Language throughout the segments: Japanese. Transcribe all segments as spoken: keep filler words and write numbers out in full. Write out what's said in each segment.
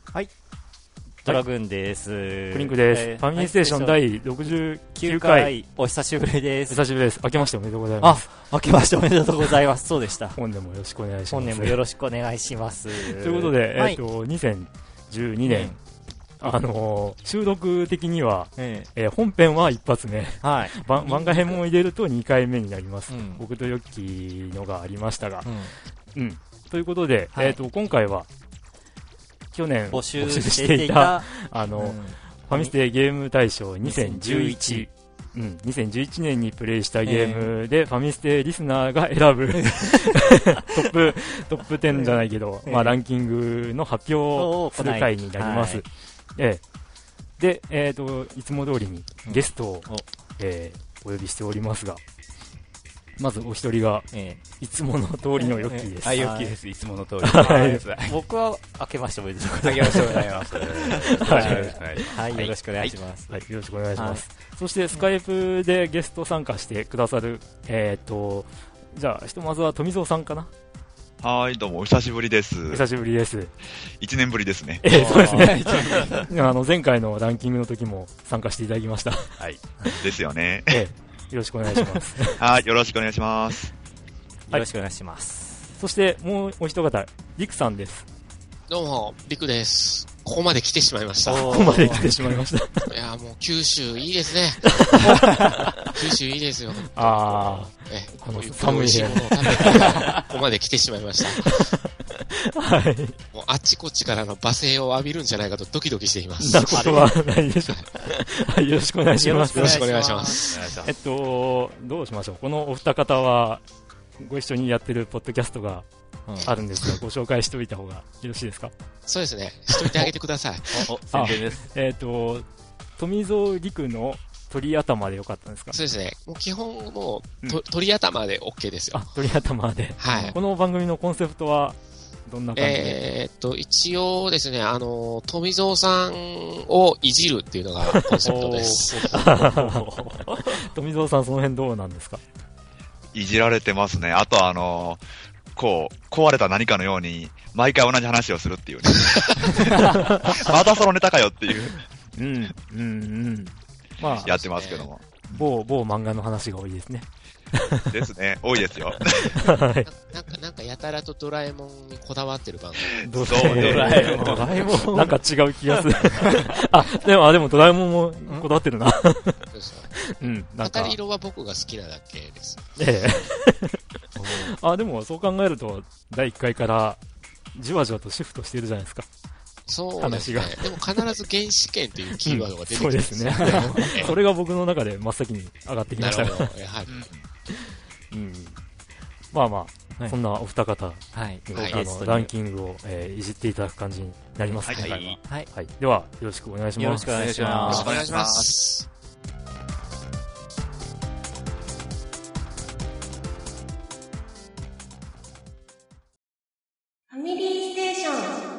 はい、ドラグーンです。 クリンクです。えー、ファミリーステーションだいろくじゅうきゅうかい、 お久しぶりです。 久しぶりです。明けましておめでとうございます。 あ、明けましておめでとうございます。そうでした。 本年もよろしくお願いします。 本年もよろしくお願いします。 ということで、はい、えっとにせんじゅうにねん、うん、あのー、収録的には、えええー、本編は一発目、はい、漫画編も入れるとにかいめになります。うん、僕とヨッキーのがありましたが、うん、うん、ということで、はい、えっと今回は去年募集していたあの、うん、ファミステゲーム大賞にせんじゅういち、うん、にせんじゅういちねんにプレイしたゲームで、えー、ファミステリスナーが選ぶトップトップじゅうじゃないけど、えーまあ、ランキングの発表をする回になります。はい、えー、で、えーと、いつも通りにゲストを、うんえー、お呼びしておりますが、まずお一人が、えー、いつもの通りのヨッキーです。 あ、ヨッキーです。いつもの通り。 僕は明けましておめでとうございます。 明けましておめでとうございます。 はい、よろしくお願いします。 はい、よろしくお願いします。そしてスカイプでゲスト参加してくださる、えっと、じゃあひとまずは富蔵さんかな。 はい、どうもお久しぶりです。 久しぶりです。 いちねんぶりですね。 えー、そうですね。あの前回のランキングの時も参加していただきました。 はい。ですよね。 えーよろしくお願いします。 はい、よろしくお願いします。 よろしくお願いします。 そしてもうお一方、リクさんです。 どうも、リクです。ここまで来てしまいました。 ここまで来てしまいました。 いや、もう九州いいですね。九州いいですよ。 ああ、 え、 この寒い日ものを食べてここまで来てしまいました。はい。もうあっちこっちからの罵声を浴びるんじゃないかとドキドキしています。 なことはないでしょう。はい、よろしくお願いします。 よろしくお願いします。 えっと、どうしましょう。このお二方は、ご一緒にやってるポッドキャストがあるんですが、ご紹介しておいた方がよろしいですか？ そうですね。しといてあげてください。 お、宣伝です。 えっと、富蔵陸の鳥頭でよかったんですか？ そうですね。もう基本もう、と鳥頭で OK ですよ。 あ、鳥頭で。 はい。 この番組のコンセプトはどんな感じで？えーっと、一応ですね、あの、富蔵さんをいじるっていうのがコンセプトです。 富蔵さん、その辺どうなんですか？ いじられてますね。あとあのー、こう、壊れた何かのように、毎回同じ話をするっていうね。またそのネタかよっていう。 うん、うん、うん。まあ、 やってますけども。 某、某漫画の話が多いですね。 ですね。多いですよ。 はい。なんか、なんかやたらとドラえもんにこだわってる番組。 そう、ドラえもん。ドラえもん。なんか違う気がする。あ、でも、あ、でもドラえもんもこだわってるな。そうそう。 うん。 なんか。語り色は僕が好きなだけです。 ええ。あ、でもそう考えると、だいいっかいからじわじわとシフトしてるじゃないですか。 そうですね。でも必ず原始圏というキーワードが出てきて、うん、 そうですね。それが僕の中で真っ先に上がってきました。 なるほど、やはり。 うん、まあまあ、はい、そんなお二方、 はい、 あのランキングを、えー、いじっていただく感じになりますね。はい、はいはいはい、ではよろしくお願いします。 よろしくお願いします。 よろしくお願いします。 ファミリーステーション。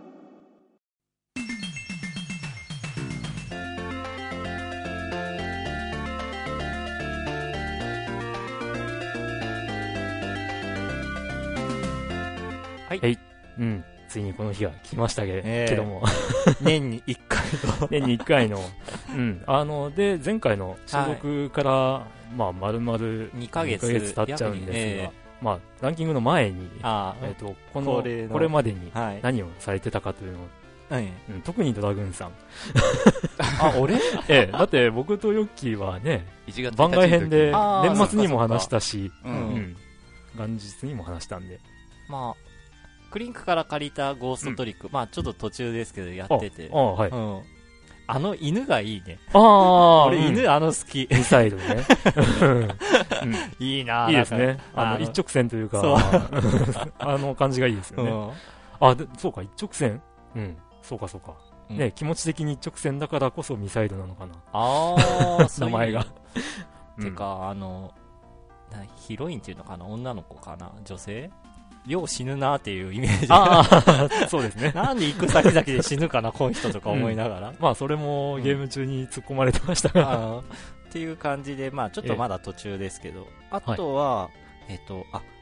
はい、はい、うん、ついにこの日が来ましたけれ、えー、けども年にいっかいの年にいっかいの、うん、あので前回の収録から、はい、まあ丸々にかげつ経っちゃうんですが、えー、まあランキングの前にあ、えー、とこのこれまでに何をされてたかというのを、はいうん、特にドラグーンさんあ、俺ええ、だって僕とヨッキーはね番外編で年末にも話したし、うんうん、元日にも話したんでまあクリンクから借りたゴーストトリック、うん、まあちょっと途中ですけどやってて、 ああ、はいうん、 あの犬がいいね。 ああ、 俺犬あの好き。 ミサイルね。 うん、いいなぁ。 いいですね。あの一直線というか、あの感じがいいですよね。うん、あ、で、そうか一直線。うん、そうかそうか。うん、ね気持ち的に一直線だからこそミサイルなのかな。 ああ、 名前が。 てかあのヒロインっていうのかな女の子かな女性。よう死ぬなっていうイメージああそうですねなんで行く先々で死ぬかなこの人とか思いながら、うん、 まあそれもゲーム中に突っ込まれてましたが、 うん、っていう感じでまあちょっとまだ途中ですけど、えー、あとは、はい、えっ、ー、とあ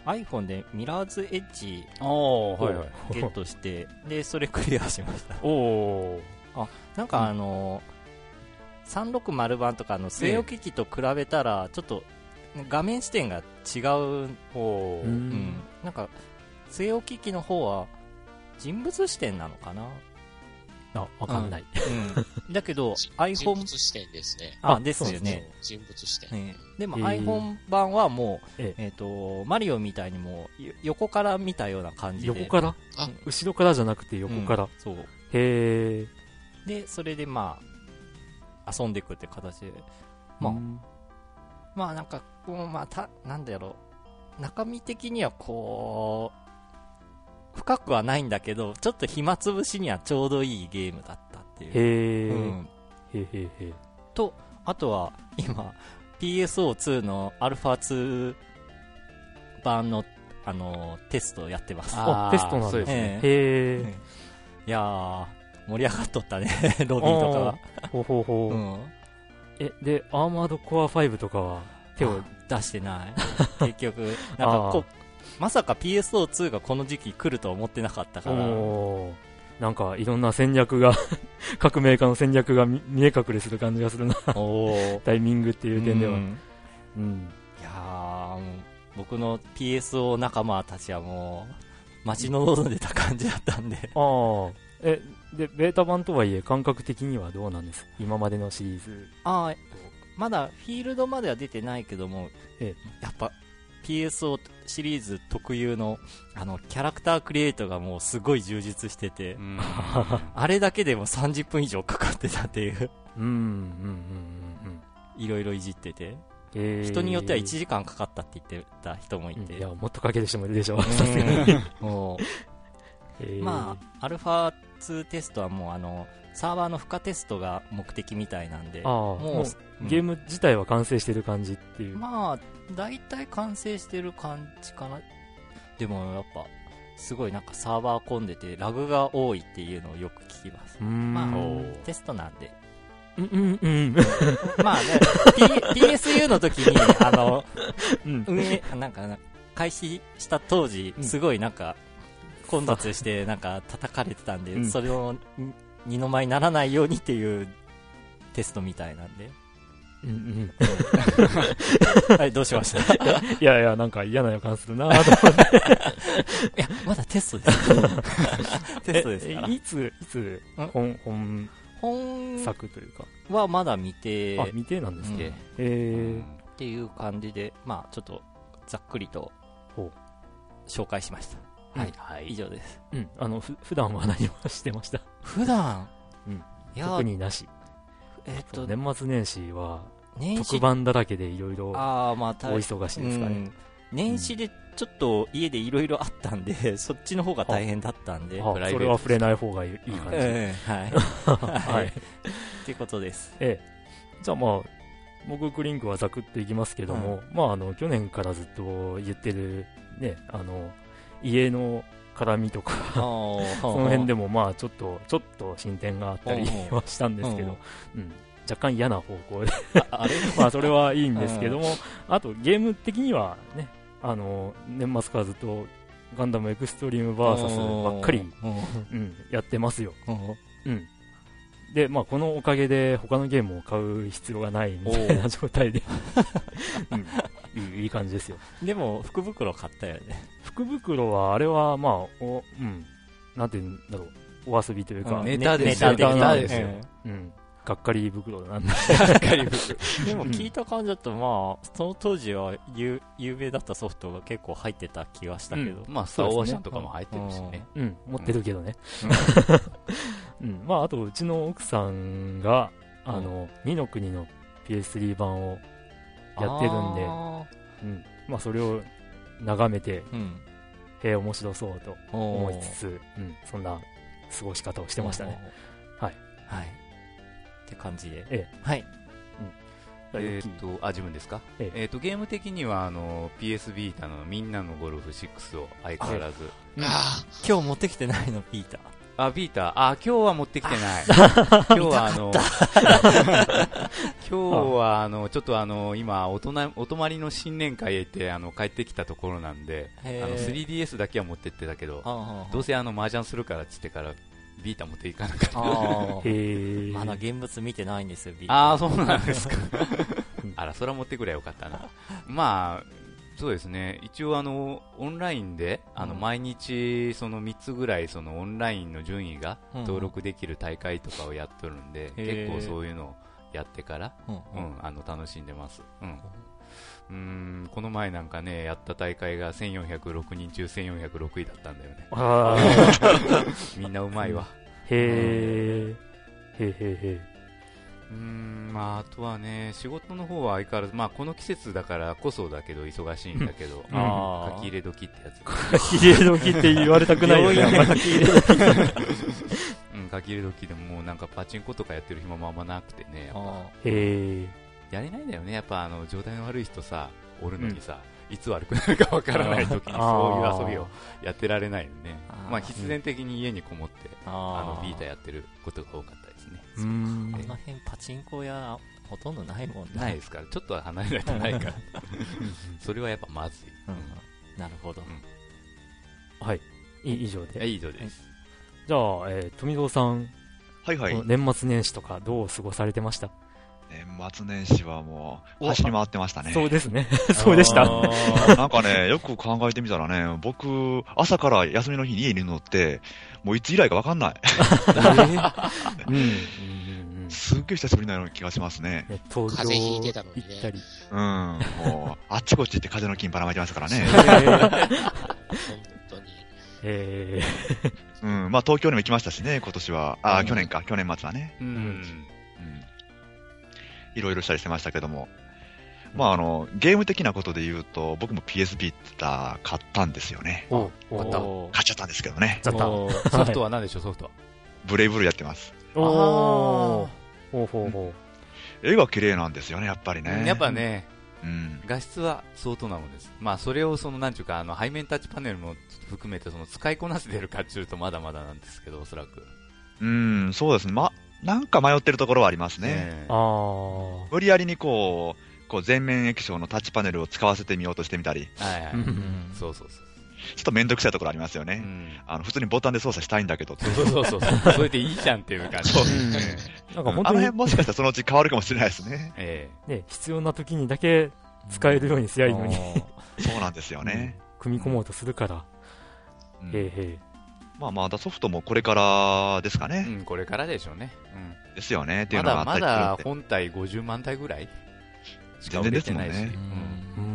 iPhone でミラーズエッジああ、 をはいはい。 ゲットしてでそれクリアしました。 おお。 なんかあのー、さんろくまる版とかの据え置き機と比べたらちょっと画面視点が違う、 おー。 うん、なんか据え置き機の方は人物視点なのかな、 あ、わかんない。 うん、だけどじ iPhone 人物視点ですね。 あですよね。 人物視点。 ねでもへー iPhone 版はもう、 ええー、とマリオみたいにもうよ横から見たような感じで横からあ後ろからじゃなくて横から。 うんそうへえ。 でそれでまあ遊んでいくって形でまあ、 うんまあなんかこうまあたなんだろう中身的にはこう深くはないんだけどちょっと暇つぶしにはちょうどいいゲームだったっていう。 へえ。 うん、 へーへーへー。 とあとは今 ピーエスオーツー の アルファツー 版のあのテストをやってます。 あテストなんだそうですね。 えへえ。 いやー盛り上がっとったねロビーとかは。 ほうほうほう。 うんえ、で、アーマードコアファイブとかは手を、 出してない結局なんかこまさか ピーエスオーツー がこの時期来るとは思ってなかったからおーなんかいろんな戦略が各メーカーの戦略が見見え隠れする感じがするなおータイミングっていう点では。 ううんん。 いやーもう僕の ピーエスオー 仲間たちはもう待ち望んでた感じだったんでああ。え、で、ベータ版とはいえ感覚的にはどうなんです今までのシリーズ。 あーまだフィールドまでは出てないけども、 えやっぱ ピーエスオー シリーズ特有のあのキャラクタークリエイトがもうすごい充実してて、 うんあれだけでもさんじゅっぷん以上かかってたっていううん、うん、うん、うん、うん。 いろいろいじってて、 えー人によってはいちじかんかかったって言ってた人もいて、 うんいや、もっとかける人もいるでしょう。 うんさすがに。 もうえーまあアルファツーテストはもうあのサーバーの負荷テストが目的みたいなんで、 ああ、 ももううゲーム自体は完成してる感じっていう。 まあ大体完成してる感じかな。でもやっぱすごいなんかサーバー混んでてラグが多いっていうのをよく聞きます。 うーん。 まあおーテストなんでうんうんうん。 まあね P- ピーエスユー の時にあのうん運営なんか開始した当時うんすごいなんか混雑してなんか叩かれてたんで、 うんそれを二の舞にならないようにっていうテストみたいなんでうんうん。 はいどうしましたいいやいや、なんか嫌な予感するなぁと思って。 やまだテストですテストですからえいつ、いつん、 本、本本作というか。 はまだ未定あ、未定なんですね。 うんえっていう感じでまあちょっとざっくりとほう紹介しました。はい、 はい以上です。 ー、うん。あの、ふ、普段は何をしてました普段、 うんいや特になし。 えっと年末年始は年始特番だらけでいろいろああまあお大忙しいですかね。 うん年始でちょっと家でいろいろあったんでそっちの方が大変だったんであ、 プライベートそれは触れない方がいいいい感じ。 ええはいははいいっていうことです。 ええ。じゃあまあ、僕クリンクはザクっていきますけども、まああの、去年からずっと言ってる、ね、あの、家の絡みとか、 そその辺でもまあちょっと、ちょっと進展があったりうんはしたんですけど、うん。若干嫌な方向で、 ああれまあそれはいいんですけども、あとゲーム的にはね、あの、年末からずっとガンダムエクストリームバーサスばっかり、うん、やってますよ。うん。で、まあ、このおかげで他のゲームを買う必要がないみたいな状態で、うん、いい、いい感じですよ。 でも福袋買ったよね。 福袋は、あれは、まあ、お、うん、なんていうんだろう、お遊びというか、 うんネタですよネタ的なネタですようん、がっかり袋なんで。 でも聞いた感じだとまあその当時は有有名だったソフトが結構入ってた気がしたけど、 まあ、スターオーシャンとかも入ってるしね。 うん、持ってるけどね。うん、まあ、あと、うちの奥さんが、あの、二の国の ピーエススリー 版をやってるんで、 あうん、まあ、それを眺めて、 ーうんへえ、面白そうと思いつつつ、うん、そんな過ごし方をしてましたね。はいはいって感じで、 えはいえーっと、あ、自分ですかえええーっと、ゲーム的には、あの、ピーエス ビータのみんなのゴルフシックスを相変わらず、 あ今日持ってきてないのピーターあ、ビータ、あ、今日は持ってきてない。今日はあの、今日はあの、ちょっとあの、今、おとな、お泊まりの新年会へ行って、あの、帰ってきたところなんで、あの、スリーディーエス だけは持ってってたけど、どうせあの、麻雀するからって言ってから、ビータ持っていかなかった。 へまだ現物見てないんですよ、ビータ。 ああ、そうなんですか。あら、それは持ってくればよかったな。まあ、そうですね。一応あのオンラインであの毎日そのみっつぐらいそのオンラインの順位が登録できる大会とかをやっとるんで、結構そういうのをやってからうんあの楽しんでます。うん。うーんこの前なんかねやった大会がせんよんひゃくろくにん中せんよんひゃくろくいだったんだよね。あみんなうまいわ。 へーへーへーへー。 うーんまあ、あとはね仕事の方は相変わらず、まあ、この季節だからこそだけど忙しいんだけど、うん、書き入れ時ってやつ書き入れ時って言われたくないよね書き入れ時、うん、書き入れ時でももうなんかパチンコとかやってる暇もあんまなくてねやっぱへやれないんだよねやっぱあの状態の悪い人さおるのにさ、うん、いつ悪くなるかわからない時にそういう遊びをやってられないのねまあ、必然的に家にこもってあのビータやってることが多かったですね。 うーんあの辺パチンコ屋ほとんどないもんね。 ないですからちょっと離れないとないからそれはやっぱまずい、 うん、なるほど、 うん、はい以上で以上です、 じゃあ、えー、富蔵さんはいはい年末年始とかどう過ごされてました？ 年末年始はもう走り回ってましたね。 そうですねそうでしたなんかねよく考えてみたらね僕朝から休みの日に家にいるのってもういつ以来か分かんない、えーうんうん、すっげえ久しぶりなような気がしますね。 東京風邪ひいてたのにね。 うんもうあっちこっち行って風の菌ばらまいてましたからね本当にえーうんまあ東京にも行きましたしね今年はあ、うん、去年か去年末はねうん、うんいろいろしたりしてましたけども、まああの、ゲーム的なことで言うと、僕も ピーエスビー 買ったんですよね。 お買った。 買っちゃったんですけどね。 買っちゃった。ソフトは何でしょう、ソフトは。 ブレイブルーやってます。 おー。ほうほうほう。絵が綺麗なんですよね、やっぱりね。 やっぱね、 うん、 画質は相当なものです。まあそれをその、なんちゅうか、あの、背面タッチパネルも含めて、その、使いこなせてるかっていうとまだまだなんですけど、おそらく。 うん、そうですね。ま、なんか迷ってるところはありますね。 ねあ無理やりにこう、こう全面液晶のタッチパネルを使わせてみようとしてみたり。 はいはい。そうそうそう。 ちょっとめんどくさいところありますよね。うん、あの普通にボタンで操作したいんだけど。 そうそうそうそう。それでいいじゃんっていう感じ。そうですね。 なんか本当に、 あの辺もしかしたらそのうち変わるかもしれないですね。 ええね、必要な時にだけ使えるようにすりゃいいのに。 そうなんですよね。 うん、組み込もうとするから。 うん、 へえへえ。 まあまだソフトもこれからですかね。 うん、これからでしょうね。うん。 ですよね。っていうのがあったりするんで。 まだまだ本体ごじゅうまん体ぐらいしか売れてないし。 全然ですもんね。うん。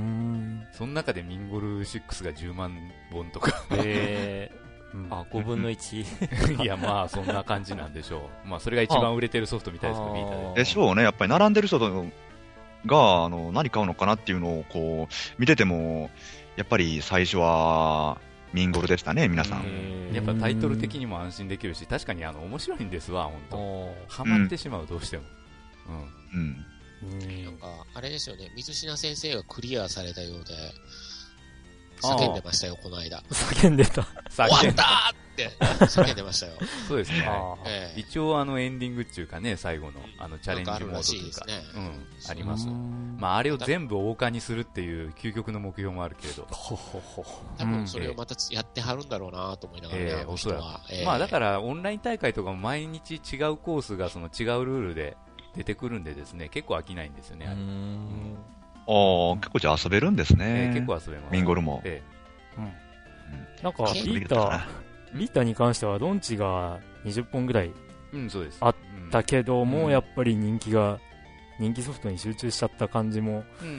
その中でミンゴルろくがじゅうまんぼんとか。 へー。うん、あ、ごぶんのいち。 いや、まあ、そんな感じなんでしょう。まあ、それが一番売れてるソフトみたいですけど、ビータで。 でしょうね。やっぱり並んでる人が、あの、何買うのかなっていうのを、こう、見てても、やっぱり最初は、ミンゴルでしたね、皆さん。 やっぱタイトル的にも安心できるし、確かにあの面白いんですわ、本当。ハマってしまう、どうしても。 うん。 うん。なんか、あれですよね、水品先生がクリアされたようで、叫んでましたよ、この間。 叫んでた。 終わったーって叫んでましたよ。 そうですね。ええ、一応あのエンディングっていうかね、最後のあのチャレンジモードというか、ね、うん、あります。まああれを全部王冠にするっていう究極の目標もあるけれど。 ほほほ。多分それをまたやってはるんだろうなと思いながらね、 えー、おそらく。えー、まあだからオンライン大会とかも毎日違うコースがその違うルールで出てくるんでですね、結構飽きないんですよね、あれ。 ああ、結構じゃあ遊べるんですね。 えー、結構遊べます。 ミンゴルも。 えー、うん。なんか、ビータ、ビータに関しては、ロンチがにじゅっぽんぐらいあったけども、うん、やっぱり人気が、人気ソフトに集中しちゃった感じも、うん、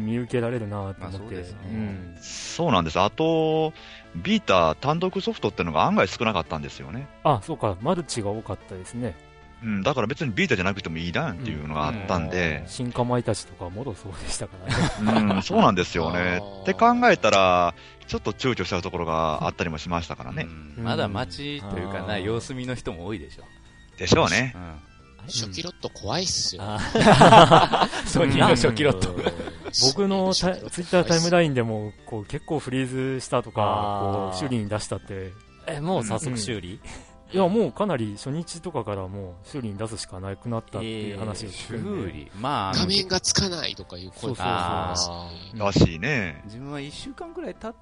見受けられるなと思って、まあ そうですね、うん。 そうなんです。あと、ビータ単独ソフトっていうのが案外少なかったんですよね。 あ、そうか、マルチが多かったですね。 うん、だから別にビータじゃなくてもいいだんっていうのがあったんで、 うんうん、新かまいたちとかもろそうでしたからね。うん、そうなんですよね。って考えたら、ちょっと躊躇しちゃうところがあったりもしましたからね。 うん、まだ街というかな、様子見の人も多いでしょ。 でしょうね。うん、 初期ロット怖いっすよ。 ソニーの初期ロット。 僕のツイッタータイムラインでもこう結構フリーズしたとか、こう修理に出したって。 え、もう早速修理、 いいや、もうかなり初日とかからもう修理に出すしかなくなったっていう話を聞くんで、 修理まあ、 画面がつかないとかいう声がありますらしいね。 自分はいっしゅうかんくらい経って、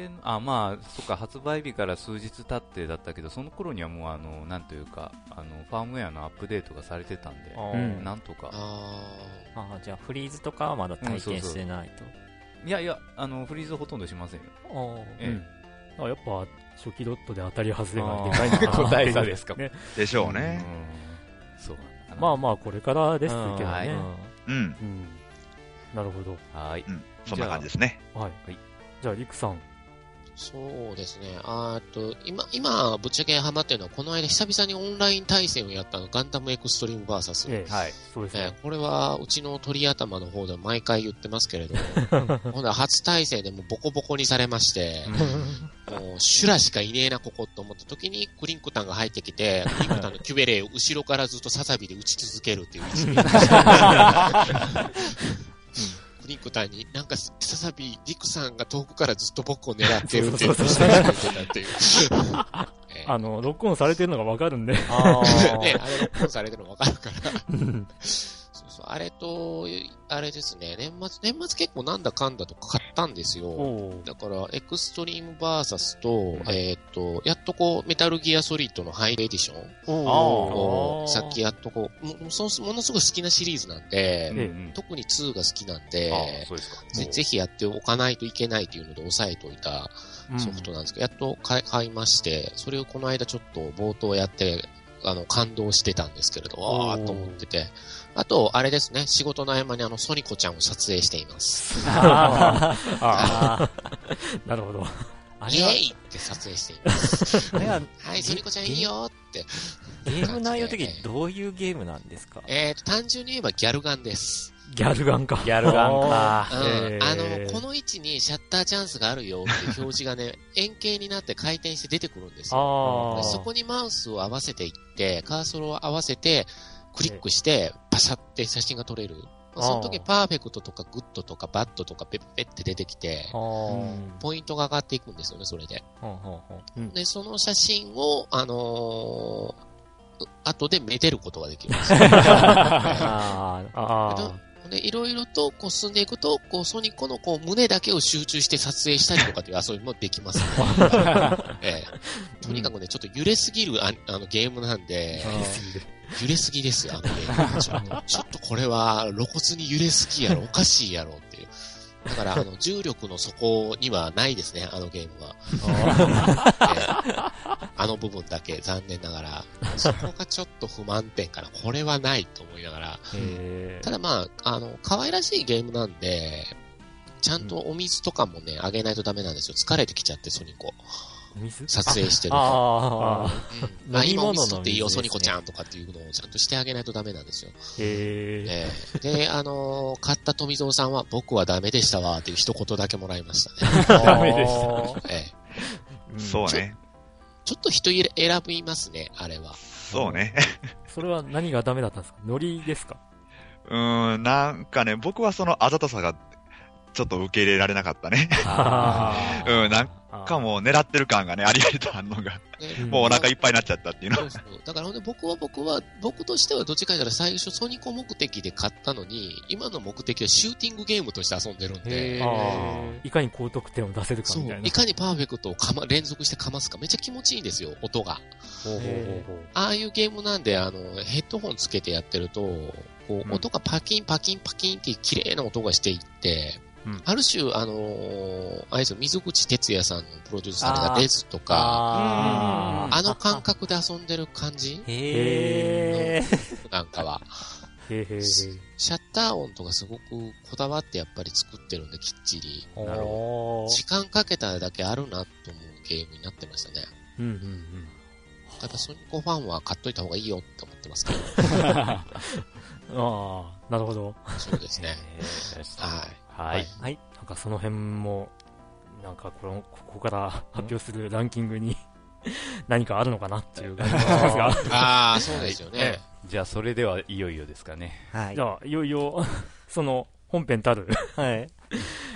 あ、まあ、そっか、発売日から数日経ってだったけど、その頃にはもう、あの、なんというか、あの、ファームウェアのアップデートがされてたんで、 あうんーなんとか。 ああー、じゃあフリーズとかはまだ体験してないと。 いやいや、あの、フリーズほとんどしませんよ。 おーえうん、あやっぱ初期ドットで当たり外れがでかいのかな個体差ですかね、 でしょうえね。 うんそうかな。 まあまあこれからですけどね、 うんはいうん。 うん、なるほど。 はい。 うん。そんな感じですね。 はい。 はいじゃあ、リクさん。 そうですね。あーと、今、今、ぶっちゃけハマってるのは、この間久々にオンライン対戦をやったの、ガンダムエクストリームバーサス。 ええ、 はい。 そうですね。 えーこれは、うちの鳥頭の方で毎回言ってますけれども、ほんで初対戦でもボコボコにされまして、もう、シュラしかいねえな、ここと思った時に、クリンクタンが入ってきて、クリンクタンのキュベレイを後ろからずっとササビで打ち続けるっていう一面でした。クリンクタンに、なんか、ササビ、リクさんが遠くからずっと僕を狙ってるって言ってそうそうそう言ってたっていう。えーあの、ロックオンされてるのがわかるんで。 あーね、あれロックオンされてるのわかるから。 うんそうそう、あれと、あれですね、年末、年末結構なんだかんだと買ったんですよ。 おーだから、エクストリームバーサスと、えーっと、やっとこう、メタルギアソリッドのハイエディションおーを、さっきやっとこう、ももそものすごい好きなシリーズなんで、 ええうん特にツーが好きなんで、 あそうですか。 ぜぜひやっておかないといけないというので押さえておいたソフトなんですけど、やっと買い買いまして、それをこの間ちょっと冒頭やって、あの、感動してたんですけれど、 おーわーっと思ってて。あと、あれですね、仕事の合間にあの、ソニコちゃんを撮影しています。 あーああー、なるほど。 あれは、 イエーイって撮影しています。 あれははい、ソニコちゃんいいよって。 ゲーム内容的にどういうゲームなんですか？ えーと、単純に言えばギャルガンです。 ギャルガンか。 ギャルガンか。 うんえーあの、この位置にシャッターチャンスがあるよっていう表示がね、円形になって回転して出てくるんですよ。 ああ。 でそこにマウスを合わせていって、カーソルを合わせて、クリックして、パシャって写真が撮れる。 あーその時、パーフェクトとかグッドとかバッドとかペッペって出てきて、 あーポイントが上がっていくんですよね、それで。 ほんほんほんで、その写真を、あのー後でめでることができるんですよ。 あーあで、いろいろとこう進んでいくと、こうソニコのこう胸だけを集中して撮影したりとかっていう遊びもできますね。ええ、とにかくね、ちょっと揺れすぎるああのゲームなんで、揺れすぎですよ、あのゲーム。ちょっとちょっとこれは露骨に揺れすぎやろ、おかしいやろっていう。だから、あの、重力の底にはないですね、あのゲームは。ええあの部分だけ、残念ながら。そこがちょっと不満点かな。これはないと思いながら。 へただまあ、あの、可愛らしいゲームなんで、ちゃんとお水とかもね、あげないとダメなんですよ。疲れてきちゃって、ソニコ。 お水撮影してると。 ああうんまあ、今お飲み物の水取っていいよ、 水ですねソニコちゃんとかっていうのをちゃんとしてあげないとダメなんですよ。 ーへえ。 ええで、あのー買った富蔵さんは、僕はダメでしたわ、っていう一言だけもらいましたね。 ダメでした。 ええそうね。 ちょっと人いれ選びますね、あれは。 そうね。 それは何がダメだったんですか？ノリですか？ うーん、なんかね、僕はそのあざとさが、ちょっと受け入れられなかったね。 あーうん、なんかもう狙ってる感がね、ありありとあんのが、 ねうんもうお腹いっぱいになっちゃったっていうのそうそう。だからほんで僕は僕は、僕としてはどっちかというと最初ソニコ目的で買ったのに、今の目的はシューティングゲームとして遊んでるんで、 へあーーいかに高得点を出せるかそうみたいな。 いかにパーフェクトをかま連続してかますか、めっちゃ気持ちいいんですよ、音が。 ほうほうほうほうああいうゲームなんで、あの、ヘッドホンつけてやってると、こう、 うん音がパキンパキンパキンって綺麗な音がしていって、 うんある種、あのーあれですよ、水口哲也さんのプロデュースされたレズとか、 ああの感覚で遊んでる感じーへーなんかは。 へーへーへーシャッター音とかすごくこだわってやっぱり作ってるんで、きっちり。 なるほ時間かけただけあるなと思うゲームになってましたね。 うんうんうん。 ただソニコファンは買っといた方がいいよって思ってますけど。 ああ、なるほど。 そうですね。はい。 はい。 はい。 なんかその辺も、なんかこの、ここから発表するランキングに何かあるのかなっていう感じがしますが。 ああ、そうですよね。 じゃあ、それではいよいよですかね。 はいじ。ゃあ、いよいよ、その本編たる、 はい。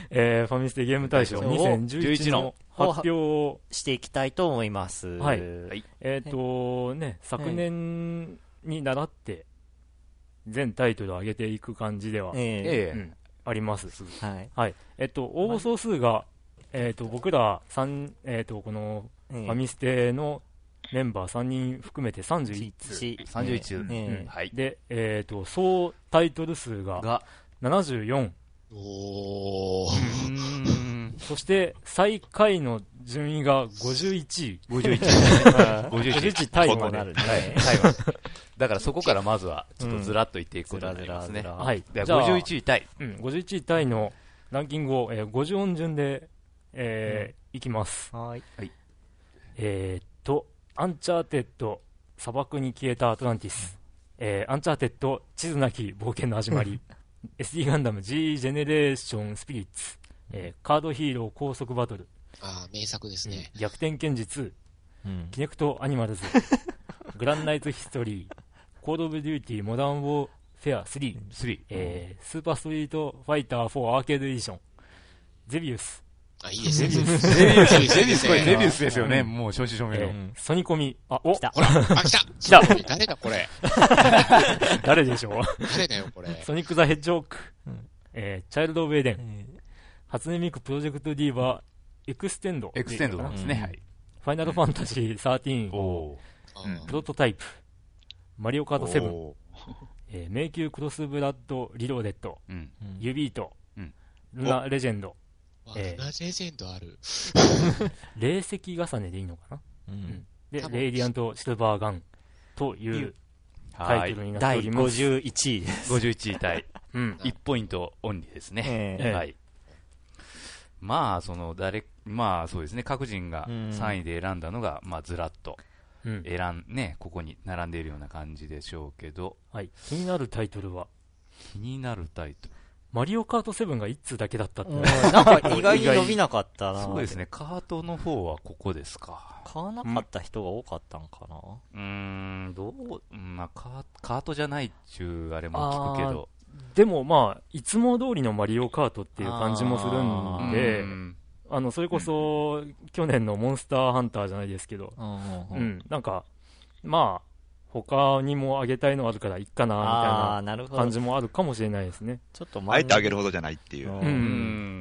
えー、ファミステゲーム大賞にせんじゅういちの発表をしていきたいと思います。 はい。えっとね、昨年に習って、全タイトルを上げていく感じでは、えーうん、あります。はい。はい。えっと、応募総数が、えっと、僕ら三えっと、この、ファミステのメンバーさんにん含めてさんじゅういちつ。 さんじゅういちつ。 はい。で、えっと、総タイトル数がななじゅうよん。 おー。 そして、最下位の順位がごじゅういちい。 ごじゅういちい。 ごじゅういちいタイまでなるね。 タイまで。だからそこからまずは、ちょっとずらっといっていくことになりますね。 はい。 では、ごじゅういちいタイ。 うん、ごじゅういちいタイのランキングを、えー、ごじゅう音順で、えー、いきます。 はい。 えーっと、アンチャーテッド、砂漠に消えたアトランティス。えー、アンチャーテッド、地図なき冒険の始まり。エスディー ガンダム G ジェネレーションスピリッツ。えー、カードヒーロー高速バトル。 ああ、名作ですね。 逆転剣術、うん、キネクトアニマルズ、グランナイツヒストリー、コードオブデューティーモダンウォーフェアスリー、 スリーえー、スーパーストリートファイターフォーアーケードエディション、ゼビウス。 あ、いいですね。 ゼビウス。ゼビウス、ゼビウス、これゼビウスですよね。うん、もう正真正銘の、えー。ソニコミ。あ、お、 来た。 ほら、あ、来た。 来た。 誰だこれ。 誰でしょう。 誰だよこれ。 ソニックザヘッジホーク、うん、えー、チャイルドオブエデン、えー、初音ミクプロジェクト D はエクステンド。 エクステンドなんですね。はい。 ファイナルファンタジーじゅうさん、おー、プロトタイプ、マリオカートセブン、えー、迷宮クロスブラッドリローデッド、うん、ユビート、うん、ルナレジェンド、 えー、ルナレジェンドある。 霊石重ねでいいのかな、うん、で、レイディアントシルバーガンというタイトルになっております。 だいごじゅういちいです。 ごじゅういちいタイ。うん。いちポイントオンリーですね。えー、はい。まあ、その、誰、まあそうですね、各人がさんいで選んだのが、まあずらっと、選ん、ね、ここに並んでいるような感じでしょうけど。 はい。気になるタイトルは気になるタイトル。 マリオカートセブンがいっつうだけだったって。 なんか意外に伸びなかったな。 そうですね、カートの方はここですか。 買わなかった人が多かったんかな。 うーん、どう、まあカ、カートじゃないっちゅうあれも聞くけど。 でもまあ、いつも通りのマリオカートっていう感じもするんで、あの、それこそ、うん、去年のモンスターハンターじゃないですけど、うん、うん、なんか、まあ、他にもあげたいのあるからいっかな、みたいな感じもあるかもしれないですね。 ちょっとあえてあげるほどじゃないっていう。 うん、うん、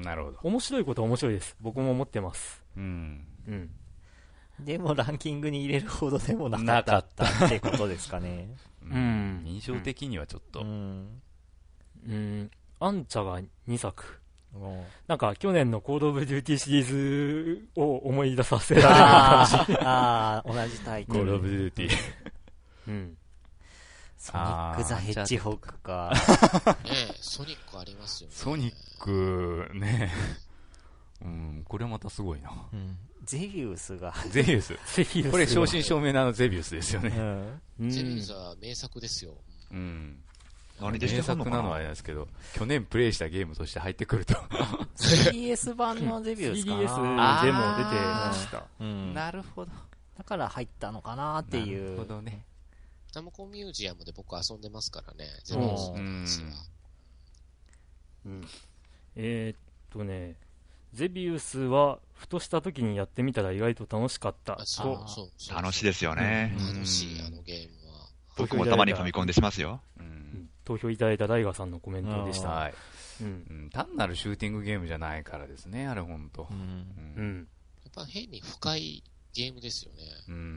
なるほど。面白いことは面白いです。僕も思ってます。うん。 うん。でもランキングに入れるほどでもなかったってことですかね。 うん。印象的にはちょっと。うん。 うん。アンチャがにさく。なんか去年のコードオブデューティーシリーズを思い出させられる感じ。 ああ、同じタイトル。 コードオブデューティー。 うん。ソニック・ザ・ヘッジホックか。 ねえ、ソニックありますよね。 ソニック、ねえ。うん、これまたすごいな。うん、 ゼビウスが。 ゼビウス。ゼビウス。これ正真正銘なのゼビウスですよね。 うん、ゼビウスは名作ですよ。 うん。何で名作なのはあれなんですけど、去年プレイしたゲームとして入ってくると。 スリーエス 版のゼビウスかな。 スリーエス でも出てました。 うん、なるほど。だから入ったのかなっていう。 なるほどね。 ナムコミュージアムで僕遊んでますからね、ゼビウスのやつは。 うん。えー、っとね、ゼビウスは、ふとした時にやってみたら意外と楽しかった。 そうそうそう。 楽しいですよね。 楽しい、あのゲームは。 僕もたまにファミコンでしますよ。 うん、投票いただいた大河さんのコメントでした。はい。 うん。単なるシューティングゲームじゃないからですね、あれほんと。うん。 うん。やっぱ変に深いゲームですよね。うん。うん。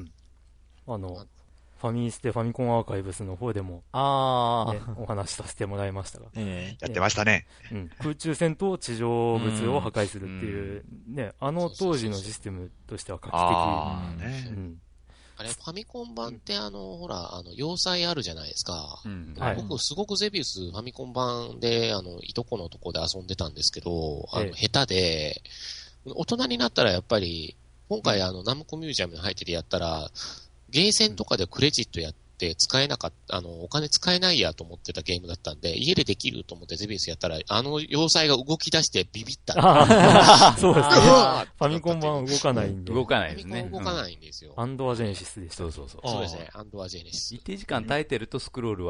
あの、ファミステファミコンアーカイブスの方でも、 あね、お話しさせてもらいましたが、 えー、やってましたね、 うん。空中戦と地上物を破壊するっていう、うん、ね、あの当時のシステムとしては画期的。 あ、ね、うん、あれ、ファミコン版ってあの、ほら、あの、要塞あるじゃないですか。うんはい、僕、すごくゼビウスファミコン版で、あの、いとこのとこで遊んでたんですけど、あの、下手で、大人になったらやっぱり、今回あの、ナムコミュージアムに入っててやったら、ゲーセンとかでクレジットやって使えなかった、あの、お金使えないやと思ってたゲームだったんで、家でできると思ってゼビウスやったら、あの要塞が動き出してビビった。 そうですね。ファミコン版動かないんで。 動かないですね。 ファミコン動かないんですよ。 アンドアジェネシスでした。 そうそうそう。 そうですね。アンドアジェネシス。 一定時間耐えてるとスクロールは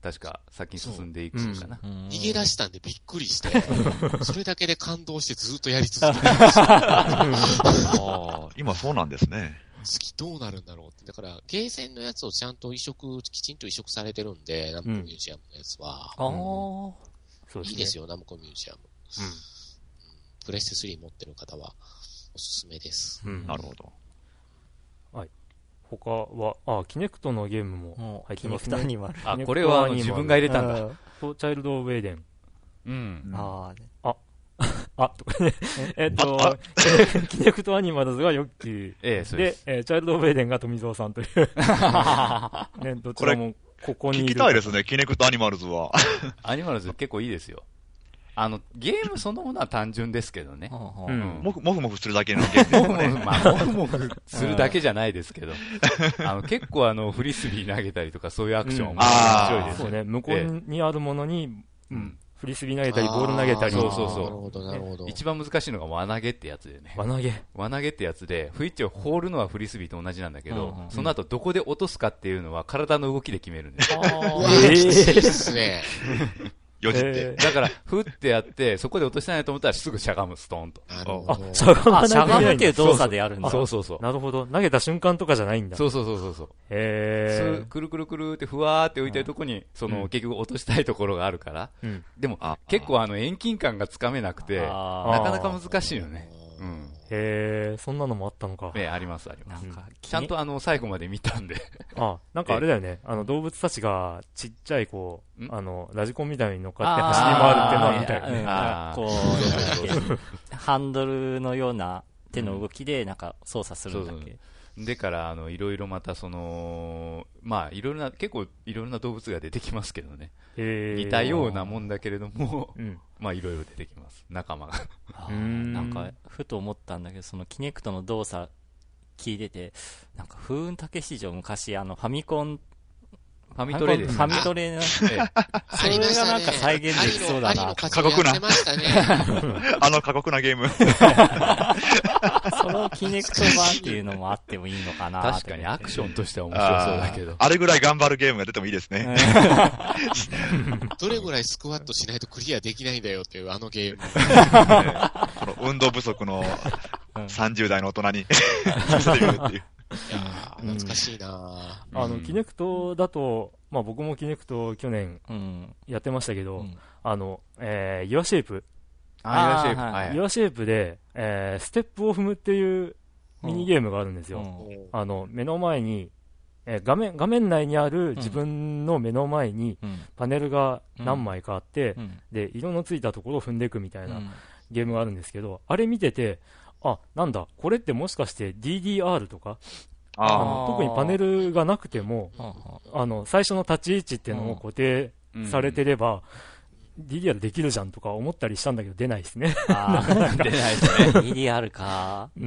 確か先に進んでいくのかな。 逃げ出したんでびっくりして、それだけで感動してずっとやり続けてるんですよ。 あ今そうなんですね。 次どうなるんだろうって。だから、ゲーセンのやつをちゃんと移植、きちんと移植されてるんで、ナムコミュージアムのやつは。 ああ、 そうですね。 いいですよ、ナムコミュージアム。うん。プレステスリー持ってる方は、おすすめです。 うん。 なるほど。 はい。他は、あ、キネクトのゲームも入ってますね。キネクトアニマル。 あ、これは自分が入れたんだ。 と、チャイルド・ウェイデン。 うん。 ああ、あ、とかね。えっと、キネクトアニマルズがヨッキー。 ええ、そうです。で、えー、チャイルド・ウェイデンが富蔵さんという。ね、どちらもここにいる。 聞きたいですね、キネクトアニマルズは。 アニマルズ結構いいですよ。あの、ゲームそのものは単純ですけどね。 うん。 もふもふもふするだけのゲーム、ね。 もふもふ、まあ、もふもふするだけじゃないですけど。あの、結構あの、フリスビー投げたりとかそういうアクション面白いですよ。 そうね、向こうにあるものに、うん。フリスビー投げたり、ボール投げたり。 そうそうそう。 なるほど、なるほど。 一番難しいのが輪投げってやつでね。 輪投げ輪投げってやつで、不一応放るのはフリスビーと同じなんだけど、その後どこで落とすかっていうのは体の動きで決めるんですよ。 うわぁ、きついっすね。 よじって。 だから、ふってやって、そこで落としたいなと思ったらすぐしゃがむ、ストーンと。 あ、しゃがむ。 しゃがむっていう動作でやるんだ。 そうそうそう。 なるほど。投げた瞬間とかじゃないんだ。 そうそうそうそう。 へー。くるくるくるってふわーって浮いてるとこに、その、結局落としたいところがあるから。でも、結構あの、遠近感がつかめなくて、なかなか難しいよね。うん。 へえ、そんなのもあったのか。 ええ、ありますあります。ちゃんとあの、最後まで見たんで。 あ、なんかあれだよね。あの、動物たちがちっちゃいこう、あの、ラジコンみたいに乗っかって走り回るっていうのは見たよね。 ああ、こう、ハンドルのような手の動きでなんか操作するんだっけ。 でから、あの、いろいろまたその、まあ、いろいろな、結構いろいろな動物が出てきますけどね。似たようなもんだけれども、まあ、いろいろ出てきます。仲間が。 なんか、ふと思ったんだけど、そのキネクトの動作聞いてて、なんか、風雲竹市場昔、あの、ファミコン、 ファミトレです。 ファミトレの、それがなんか再現できそうだな。 過酷な。 あの過酷なゲーム。 そのキネクト版っていうのもあってもいいのかな。 確かにアクションとしては面白そうだけど。 あれぐらい頑張るゲームが出てもいいですね。 どれぐらいスクワットしないとクリアできないんだよっていうあのゲーム。 この運動不足のさんじゅう代の大人にさせてみるっていう。 いやー、懐かしいなぁ。 あの、キネクトだと、まあ僕もキネクト去年やってましたけど、あの、えー、ユアシェイプ。 あ、ユアシェイプ。はい。 ユアシェイプで、えー、ステップを踏むっていうミニゲームがあるんですよ。あの、目の前に、えー、画面、画面内にある自分の目の前にパネルが何枚かあって、で、色のついたところを踏んでいくみたいなゲームがあるんですけど、あれ見てて、あ、なんだ、これってもしかして ディーディーアール とかあの特にパネルがなくても、あの、最初の立ち位置っていうのを固定されてれば、ディーディーアール できるじゃんとか思ったりしたんだけど出ないですね。 あ出ないですね。 ディーディーアール か。 うん。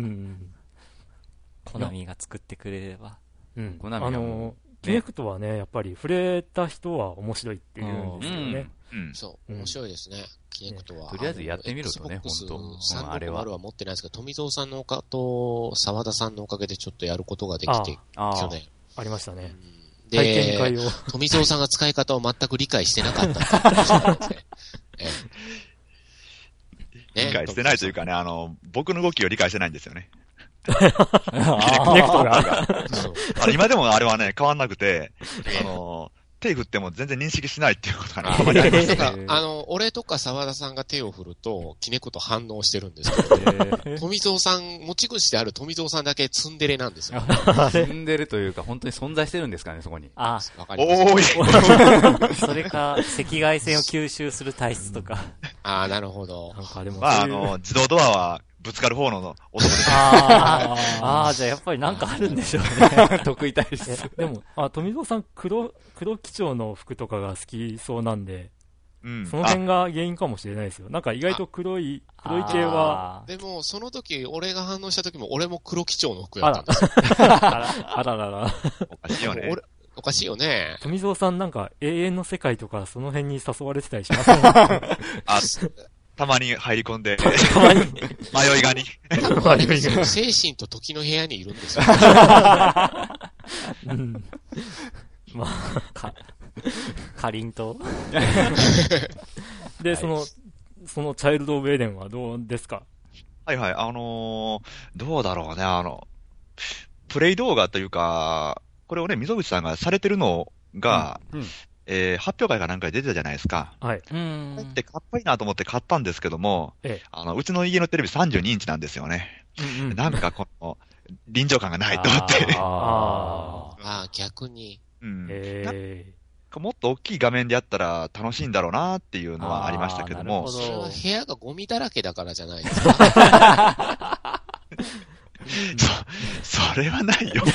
コナミが作ってくれれば。 うん。コナミあの、キネクトはね、やっぱり触れた人は面白いって言うんですよね。 うん。そう、面白いですね。キネクトは。 とりあえずやってみるとね、本当さんろくまるは持ってないですけど、富蔵さんのおかと沢田さんのおかげでちょっとやることができて、去年。 ありましたね。 で、体験会を富蔵さんが使い方を全く理解してなかったっていう。 理解してないというかね、あの、僕の動きを理解してないんですよね。 キネクトが。 今でもあれはね、変わんなくて、あの、手振っても全然認識しないっていうことがね、あんまりありましたね。 あの、俺とか沢田さんが手を振ると、キネクト反応してるんですけど、富蔵さん、持ち口である富蔵さんだけツンデレなんですよ。 ツンデレというか、本当に存在してるんですかね、そこに。 ああ、わかります。 おーい。それか、赤外線を吸収する体質とか。 ああ、なるほど。 なんかでも。 まあ、あの、自動ドアは、ぶつかる方の音です。 ああ、じゃあやっぱりなんかあるんでしょうね。 得意体質。 でも、あ、富蔵さん、黒、黒基調の服とかが好きそうなんで、うん、その辺が原因かもしれないですよ。なんか意外と黒い、黒い系は。 でも、その時、俺が反応した時も、俺も黒基調の服やったんですよ。 あららら。 おかしいよね。 おかしいよね。 富蔵さんなんか永遠の世界とかその辺に誘われてたりしますかあたまに入り込んで、 たまに迷いがに。 精神と時の部屋にいるんですよ。 うん、まあ、かかりんとうで、 はいその、そのチャイルド・オブ・エデンはどうですか？ はいはい、あのーどうだろうね、あの、プレイ動画というか、これをね、溝口さんがされてるのが、 うんえー発表会かなんかで出てたじゃないですか。 はい。 うんで、かっこいいなと思って買ったんですけども、 ええあの、うちの家のテレビさんじゅうにインチなんですよね。 うんうん。 なんかこの、臨場感がないと思って。 ああ。 ああ、逆に。 うんえもっと大きい画面でやったら楽しいんだろうなっていうのはありましたけどもあーなるほ、 それはど部屋がゴミだらけだからじゃないですか。 そ、それはないよ。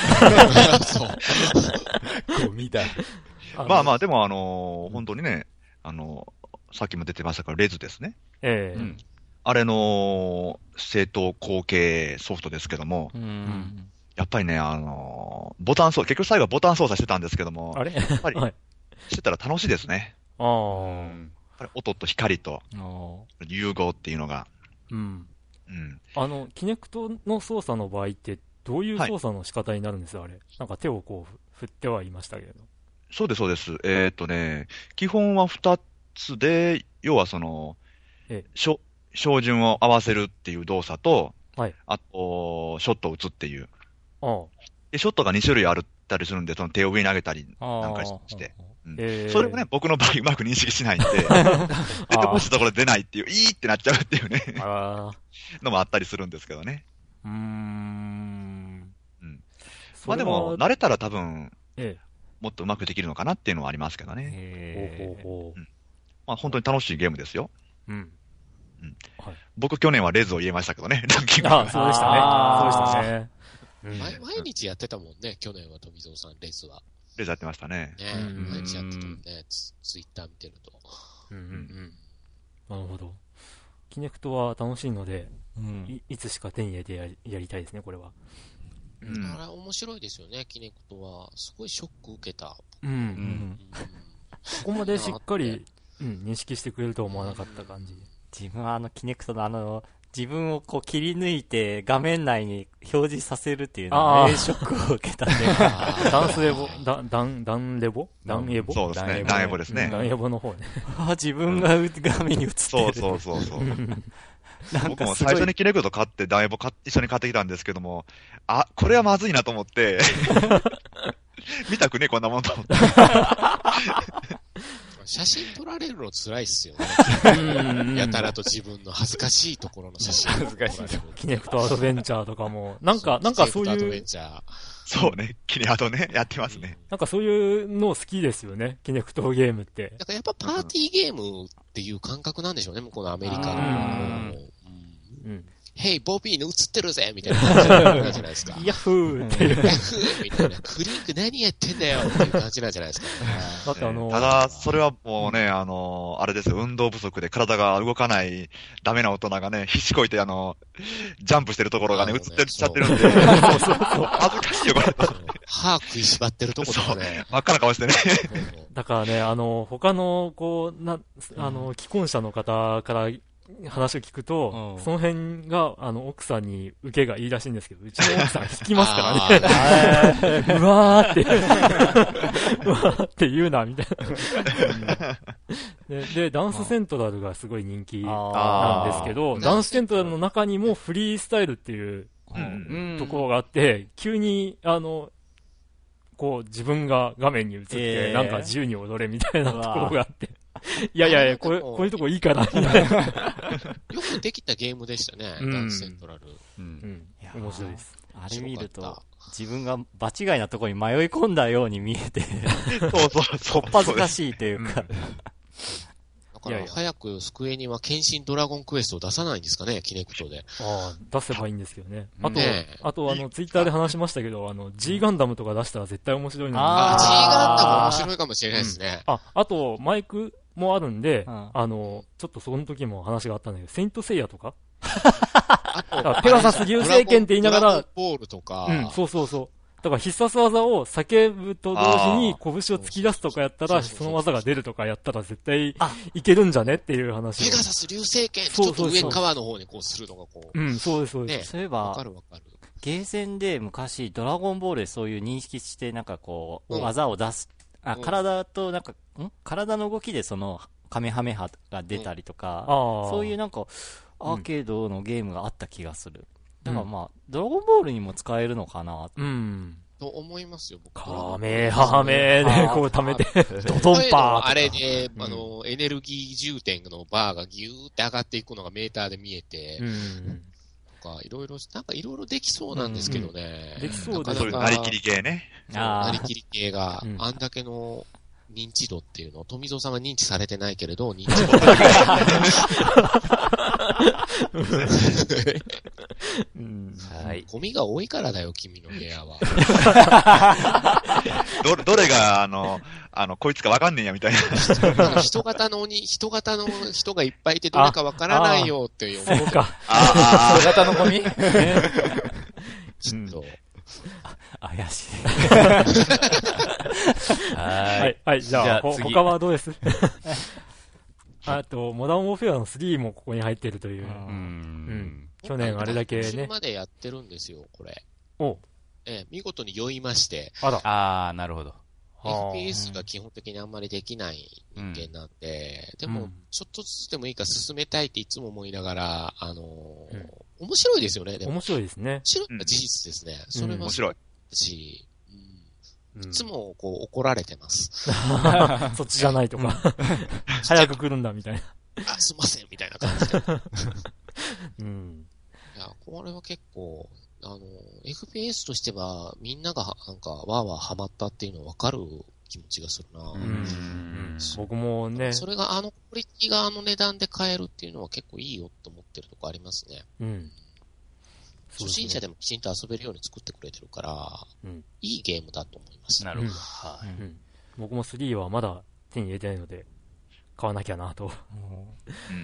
そう。 ゴミだ。 ーまあまあ。 あ、でもあのー本当にね、あのーさっきも出てましたから、レズですね。 ええうんあれの正当後継ソフトですけども、 うんやっぱりね、あのーボタン操作、結局最後はボタン操作してたんですけども、 あれやっぱりはい。 してたら楽しいですね。 ああ。 あれ音と光とお融合っていうのが。 うん。 うん。 あの、キネクトの操作の場合って、どういう操作の仕方になるんですあれ。なんか手をこう、振ってはいましたけれど。 そうです、そうです。えーっとね、基本は二つで、要はその、 ええしょ照準を合わせるっていう動作と、 はいあと、ショットを打つっていう。 ああ。 で、ショットがに種類あったりするんで、その手を上に上げたりーなんかして。うんええそれもね、僕の場合うまく認識しないんで、出てほしいところで出ないっていう、いいってなっちゃうっていうね、 ああ。 のもあったりするんですけどね。 うーん。 うんそれはまあでも、慣れたら多分、 えもっとうまくできるのかなっていうのはありますけどね。 え。ほうほうほまあ本当に楽しいゲームですよ。 う。うん。 僕去年はレズを言えましたけどね、ランキング。 あ、そうでしたね。 あーそうでしたね。うん毎毎日やってたもんね、去年は富蔵さん、レースは。 レズやってましたね。 ね、 うん毎日やってたもんね、ツツイッター見てると。 うんうんうん。 なるほど。キネクトは楽しいので、 うんいいつしか手に入れてやりやりたいですね、これは。 うんあれ面白いですよね、キネクトは。すごいショック受けた。 うん。 うんうんここまでしっかり、うん、認識してくれるとは思わなかった感じ。 自分はあのキネクトのあの自分をこう切り抜いて画面内に表示させるっていうのあーはええショックを受けたんであーダンスエボ、ダン、ダン、ダンレボダンエボそうですね、 ダンエボダンエボですね。 ダンエボの方ね。 あ自分が画面に映ってるそうそうそうそう。 なん僕もかすごい最初にキネクト買って、ダンエボ買っ一緒に買ってきたんですけども、あ、これはまずいなと思って、見たくねえ、こんなもんと思って。 写真撮られるの辛いっすよね。 うんやたらと自分の恥ずかしいところの写真。恥ずかしい。 キネクトアドベンチャーとかも、なんか、なんかそうアドいう、 ベンチャー。 そうね、キネアドね、やってますね。 なんかそういうの好きですよね、キネクトゲームって。 だからやっぱパーティーゲームっていう感覚なんでしょうね、向こうのアメリカの。 うんうんうん。 ヘイ、ボビーの映ってるぜみたいな感じなんじゃないですか。 ヤッフーっていう。 ヤフーみたいな、クリンク何やってんだよっていう感じなんじゃないですか。 だってあの、 ただ、それはもうね、あの、あれですよ、運動不足で体が動かないダメな大人がね、必死こいてあの、ジャンプしてるところがね、映ってっちゃってるんで、恥ずかしいよ、これ。 歯食いしばってるとことかね。 真っ赤な顔してね。 だからね、あの、他の、こう、な、あの、既婚者の方から話を聞くと、 うんその辺が、あの、奥さんに受けがいいらしいんですけど、うちの奥さん引きますからね。 ね。 うわーって、うわーって言うな、みたいな。でで、ダンスセントラルがすごい人気なんですけど、 あーダンスセントラルの中にもフリースタイルっていううんところがあって、急に、あの、こう自分が画面に映って、 えーなんか自由に踊れみたいなとうわころがあって、いやいやいや、これ、こういうとこいいかな、みたいな。 よくできたゲームでしたね、 うんダンスセントラル。 うんうんいやー面白いです。 あれ見ると面白か自分が場違いなところに迷い込んだように見えてそうそうそう。 こっぱずかしいというかだから早くスクエニは剣心ドラゴンクエストを出さないんですかね、キネクトで。 ああ、出せばいいんですけどね。あと、 ねえあと、あの、ツイッターで話しましたけど、あの、G ガンダムとか出したら絶対面白いのに。 ああ、 ー G ガンダム面白いかもしれないですね。 あ、あと、マイクもあるんで、 うんあの、ちょっとその時も話があったんだけど、セイントセイヤとかあとあペガサス流星剣って言いながらドラゴンボールとか、 うん、そうそうそう。だから必殺技を叫ぶと同時に拳を突き出すとかやったら、 そうそうそうその技が出るとかやったら絶対あいけるんじゃねっていう話を。 ペガサス流星剣ちょっそうそうそうと上側の方にこうするのがこう、 うん、そうです、そうです。 ね、 そういえわばかるわかる。 ゲーセンで昔ドラゴンボールでそういう認識してなんかこう、 うん技を出すあ、体と、なんか、ん体の動きでその、カメハメハが出たりとか、 ああ。 そういうなんか、アーケードのゲームがあった気がする。だからまあ、ドラゴンボールにも使えるのかな。 うん。 と思いますよ、僕カメハメでこう溜めて、ドドンパーあれで、あの、エネルギー充填のバーがギューって上がっていくのがメーターで見えて、とか、いろいろ、なんかいろいろできそうなんですけどね。 できそうですそういうなりきり系ね。 なりきり系が、あんだけの認知度っていうのを、富蔵さんは認知されてないけれど、認知度。はい。ゴミが多いからだよ、君の部屋は。 どれ、どれが、あの、あの、こいつかわかんねえや、みたいな。 人型の鬼、人型の人がいっぱいいてどれかわからないよっていう。 そうか。 ああ、人型のゴミきっと。 怪しい。 はい。はい、じゃあ、他はどうですあと、モダンウォーフェアのスリーもここに入っているという。うん。去年あれだけね。 途中までやってるんですよ、これ。 おええ、見事に酔いまして。 あら。 ああ、なるほど。 エフピーエス が基本的にあんまりできない人間なんで、うん、でも、ちょっとずつでもいいから進めたいっていつも思いながら、あのーうん、面白いですよね、でも。 面白いですね。 面白いのは事実ですね。うん、それは面白いし、うん、いつもこう怒られてます。 そっちじゃないとか。早く来るんだ、みたいな。 あ、すいません、みたいな感じで。 うん。 いや、これは結構、あの、エフピーエス としては、みんながなんか、わーわーハマったっていうの分かる気持ちがするな。うんうん僕もね。 それがあのクオリティがあの値段で買えるっていうのは結構いいよと思ってるとこありますね。 うん。 初心者でもきちんと遊べるように作ってくれてるから、うん、いいゲームだと思います。 なるほど。 はい、うん。僕もスリーはまだ手に入れてないので、買わなきゃなと。うん、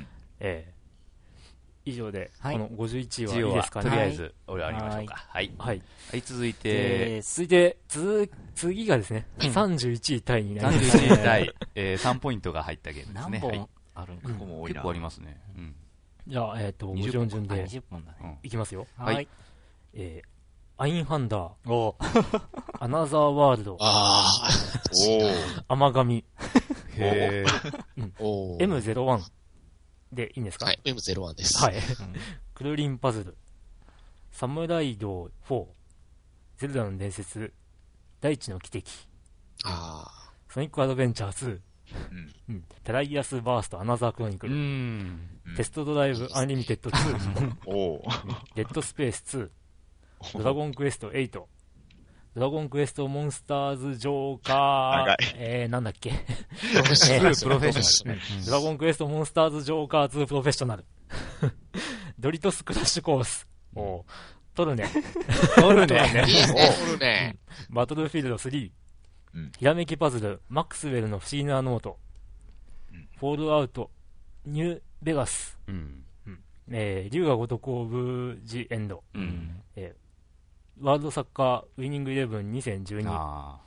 ええ。以上で、はい、このごじゅういちいはいいですかね。 とりあえず、俺ありましょうか。はい。 はい。 はい、続いて、 続いて、つ、次がですね、さんじゅういちいタイになります。 さんじゅういちいタイ、えー、さんポイントが入ったゲームですね。 何本あるんか、 結構結構ありますね。うん。 じゃあ、えっと、ご順順で、いきますよ。 はい。 えー、アインハンダー。おアナザーワールド。 ああ。 お甘神。 へー。エムゼロワン。でいいんですか？ はい、エムゼロワン です。 はい。クルリンパズル、サムライドフォー、ゼルダの伝説、大地の奇跡、 あソニックアドベンチャーツー、うん、テライアスバーストアナザークロニクル、テストドライブアンリミテッドツー、デッドスペースツー、ドラゴンクエストエイト、ドラゴンクエストモンスターズジョーカー、えー、なんだっけプロフェッショナル。プロフェッショナル。 ドラゴンクエストモンスターズジョーカーツープロフェッショナル。ドリトスクラッシュコース。おトルネ。 トルネ。いいですね、トルネ。 バトルフィールドスリー。ひらめきパズル、マックスウェルの不思議なノート。フォールアウト、ニューベガス。えー、竜が如くオブジエンド。えーワールドサッカーウィニングイレブンにせんじゅうに。はい。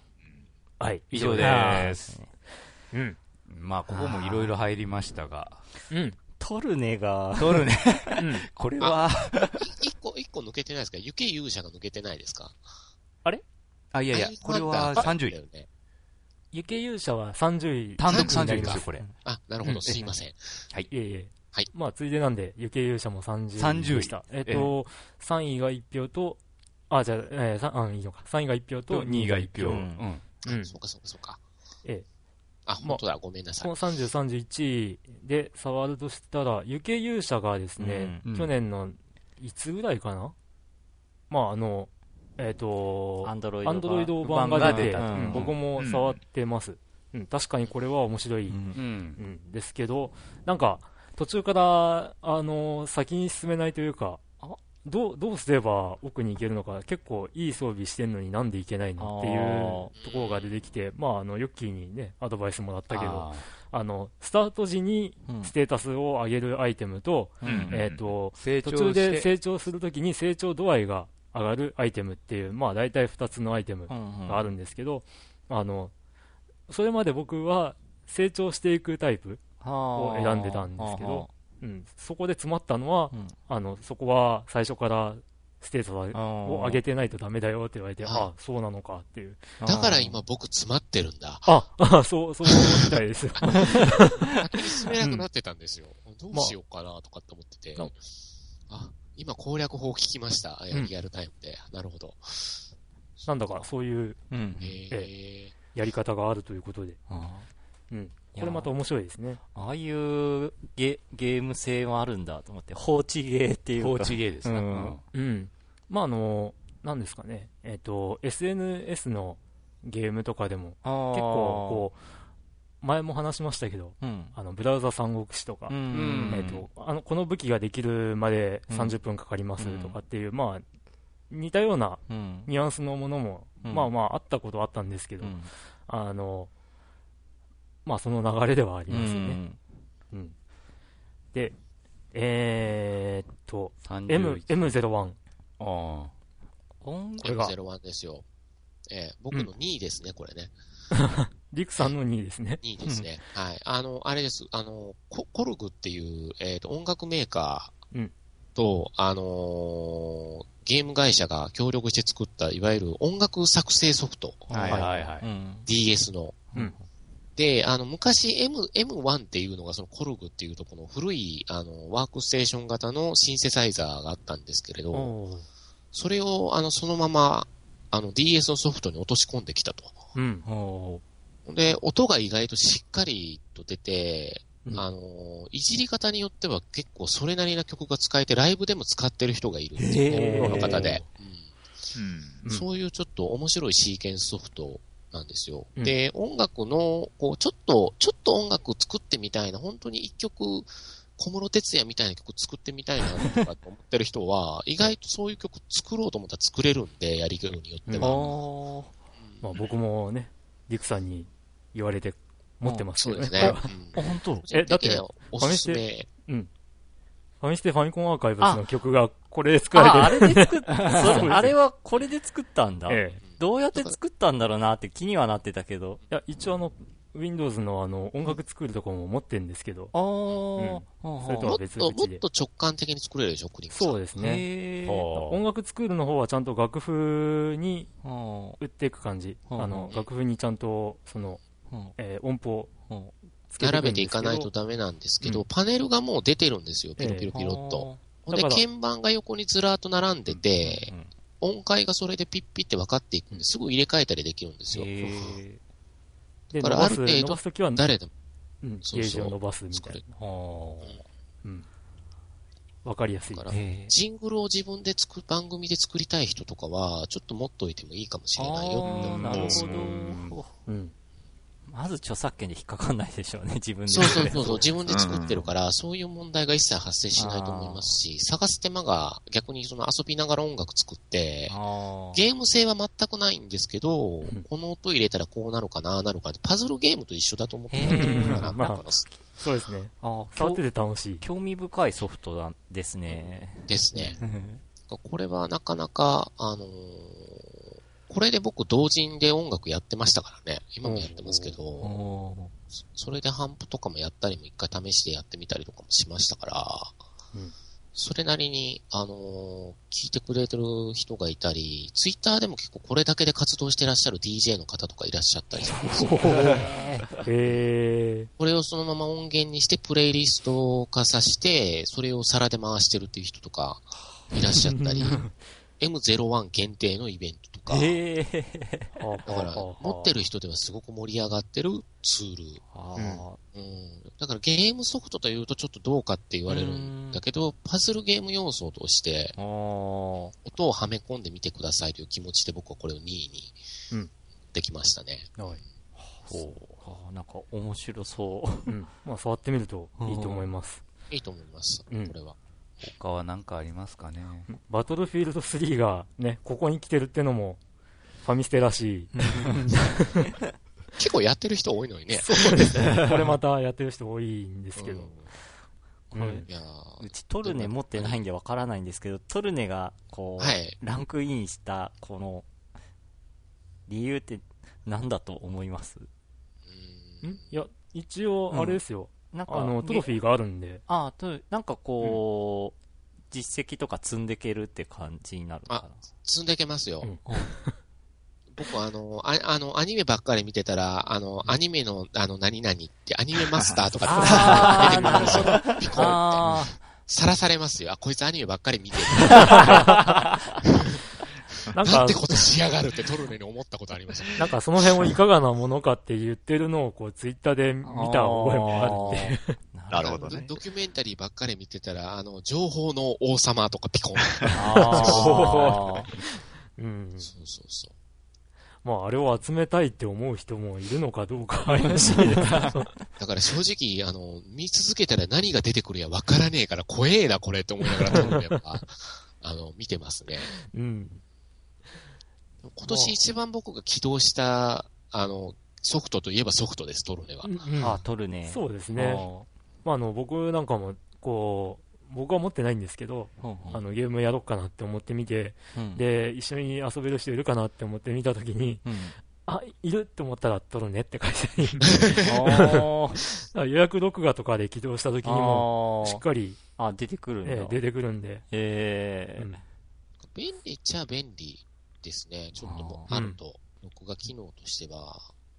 以上です。 うん。 まあ、ここもいろいろ入りましたが。 うん。トルネが。 トルネ。うん。これは。 一個、一個抜けてないですか？雪勇者が抜けてないですか？ あれあ、いやいや、これはさんじゅうい。 雪勇者はさんじゅうい。 単独さんじゅういですよ、これ。 あ、なるほど。すいません。 はい。 いえいえ。 はい。 まあ、ついでなんで、雪勇者もさんじゅうい。 さんじゅうい。 えっと、さんいがいち票と、あ、じゃあ、えー、さん、あ、いいのか。さんいがいち票と、 にいがいち票。うん。うん。そうか、そうか、そうか。 ええ。 あ、本当だ、ごめんなさい。 このさんじゅう、さんじゅういちいで触るとしたら、雪勇者がですね、去年の、いつぐらいかなまあ、あの、えっと、 アンドロイド版が出て、僕も触ってます。うん、確かにこれは面白い、うん、ですけど、なんか、途中から、あの、先に進めないというか、どう、どうすれば奥に行けるのか、結構いい装備してんのになんで行けないのっていうところが出てきて、まあ、あの、ヨッキーにね、アドバイスもらったけど、あの、スタート時にステータスを上げるアイテムと、うん、えっと、途中で成長するときに成長度合いが上がるアイテムっていう、まあ、大体ふたつのアイテムがあるんですけど、うんうん、あの、それまで僕は成長していくタイプを選んでたんですけど、うん、そこで詰まったのは、うん、あのそこは最初からステータスを上げてないとダメだよって言われて、 はいああ、そうなのかっていう。 だから今僕詰まってるんだ。 あ、あ、そう、そうみたいです。 先に進めなくなってたんですよ。どうしようかなとかって思ってて。 まあ、今攻略法を聞きました。 うんリアルタイムで。なるほど。 なんだかそういううん。 えやり方があるということで。 あうん。 いやこれまた面白いですね。 ああいうゲゲーム性もあるんだと思って、放置ゲーっていうか。 放置ゲーですね。 ううんん。 うん。まあ、あの、なんですかね。えっ、と、エスエヌエス のゲームとかでも、 あー結構、こう、前も話しましたけど、 うん。 あの、ブラウザ三国志とか、 うん。 えっ、と、あの、この武器ができるまでさんじゅっぷんかかりますとかっていう、まあ、似たようなうん。 ニュアンスのものも、 うんまあまあ、あったことはあったんですけど、 うん。 あの、まあ、その流れではありますよね。 うんうん。で、えーっと、 さんじゅう M、エムゼロワン。 あ音これがエムゼロワン ですよ。えー僕のにいですね、これね。 リクさんのにいですね。 にいですね。はい。あの、あれです。あの、ココルグっていう、えっ、と、音楽メーカうんーと、あのーゲーム会社が協力して作った、いわゆる音楽作成ソフト。 あ。はいはいはい。 うん。 ディーエス の。 うんで、あの、昔 M、エムワン っていうのがそのコルグっていうとこの古い、あの、ワークステーション型のシンセサイザーがあったんですけれど、 おーそれを、あの、そのまま、あの、ディーエス のソフトに落とし込んできたと。 うん。 おで、音が意外としっかりと出て、 うんあの、いじり方によっては結構それなりな曲が使えて、ライブでも使ってる人がいるっていうね、 へープロの方で、うんうん。 うんそういうちょっと面白いシーケンスソフトなんですよ。 うんで、音楽の、こう、ちょっと、ちょっと音楽作ってみたいな、本当に一曲、小室哲也みたいな曲作ってみたいなとかと思ってる人は、意外とそういう曲作ろうと思ったら作れるんで、やり方によっては。 おまあ、僕もね、リクさんに言われて持ってますよね。 そうですね。 あ、本当えだって個人的にはおすすめ。 うん。ファミステファミコンアーカイブスの曲がこれで作られてあ、あれで作っそうた、 ですあれはこれで作ったんだ。 ええ。 どうやって作ったんだろうなって気にはなってたけど。 いや、一応あの、Windows のあの、音楽作るところも持ってるんですけど、 あー。 それとはもっと、 別々でもっと直感的に作れるでしょ、クリックさん。 そうですね。 へー。 音楽作るの方はちゃんと楽譜にうん打っていく感じ。 うんあの、楽譜にちゃんと、その、 うんえー音符をうんつけていくんですけど並べていかないとダメなんですけど、 うんパネルがもう出てるんですよ、ピロピロピロっと。ほんで、 だから鍵盤が横にずらーっと並んでて、 うん音階がそれでピッピって分かっていくんで、すぐ入れ替えたりできるんですよ。 へーで、 だから伸ばす、 ある程度伸ばすときは、 誰でもうん、ゲそうそうージを伸ばすみたい作れる。 な。 はうん。わかりやすい。 だからーへージングルを自分で作る、番組で作りたい人とかは、ちょっと持っといてもいいかもしれないよってあー思なるほうんど。 うん。 まず著作権で引っかかんないでしょうね、自分で。 そうそうそうそう、自分で作ってるから、そういう問題が一切発生しないと思いますし、探す手間が逆にその遊びながら音楽作って、 あーゲーム性は全くないんですけど、 んこの音入れたらこうなるかな、なるかって、パズルゲームと一緒だと思ってもらってもいいかな、 まあなんかのそうですね。 あー、 触って興て楽しい。 興味深いソフトなんですね。 ですね。これはなかなか、あのーこれで僕同人で音楽やってましたからね。今もやってますけど、 おそれでハンプとかもやったりも一回試してやってみたりとかもしましたから、 うんそれなりに、あのー聞いてくれてる人がいたり、ツイッターでも結構これだけで活動してらっしゃる ディージェー の方とかいらっしゃったりするんですよ。 へこれをそのまま音源にしてプレイリスト化させて、それを皿で回してるっていう人とかいらっしゃったり、エムゼロワン 限定のイベントとか、 へえ。 ー。 だから持ってる人ではすごく盛り上がってるツール。 あうん、だからゲームソフトというとちょっとどうかって言われるんだけど、パズルゲーム要素としてーあー。 音をはめ込んでみてくださいという気持ちで僕はこれをにいにうんできましたね。 はい。 あーなんか面白そう。 うん。まあ、触ってみるといいと思います。 いいと思います、 うんこれは。 他は何かありますかね。 バトルフィールドスリーがね、ここに来てるってのも、ファミステらしい。 結構やってる人多いのにね。 そうですね。これまたやってる人多いんですけど。 これうんいやーうちトルネ持ってないんでわからないんですけど、トルネがこう、 はい。 ランクインしたこの理由って何だと思います？ うんんいや、一応、あれですよ。 なんかあの、トロフィーがあるんで。 ああ、となんかこう、 実績とか積んでけるって感じになるのかな。 積んでけますよ。 うん僕あの、ああの、アニメばっかり見てたら、あの、アニメの、あの、何々って、アニメマスターとかあ出てくるんですよ。ピコンって。 あさらされますよ。あ、こいつアニメばっかり見てる。 なんかなんて、ことしやがるってトルネに思ったことありました。 なんかその辺をいかがなものかって言ってるのをこうツイッターで見た覚えもあるっていう。 なるほどね。 ドキュメンタリーばっかり見てたら、あの、情報の王様とかピコン。 あうん。 そうそうそう。 まあ、あれを集めたいって思う人もいるのかどうか怪しいですけど。 だから正直、あの、見続けたら何が出てくるやわからねえから怖えな、これって思いながら多分やっぱ、あの、見てますね。 うん。 今年一番僕が起動した、あの、ソフトといえばソフトです、トルネは。 うんあ、取るね。 そうですね。まあ、あの、僕なんかも、こう、僕は持ってないんですけど、 うんうんあのゲームやろうかなって思ってみて、 うんで、一緒に遊べる人いるかなって思って見たときに、 うんあ、いるって思ったら取るねって会社にあー予約録画とかで起動したときにも、 あーしっかり、 あ、出てくるんだ。 えー出てくるんで、 えーうん便利っちゃ便利ですね。ちょっともあーあると、録画機能としては、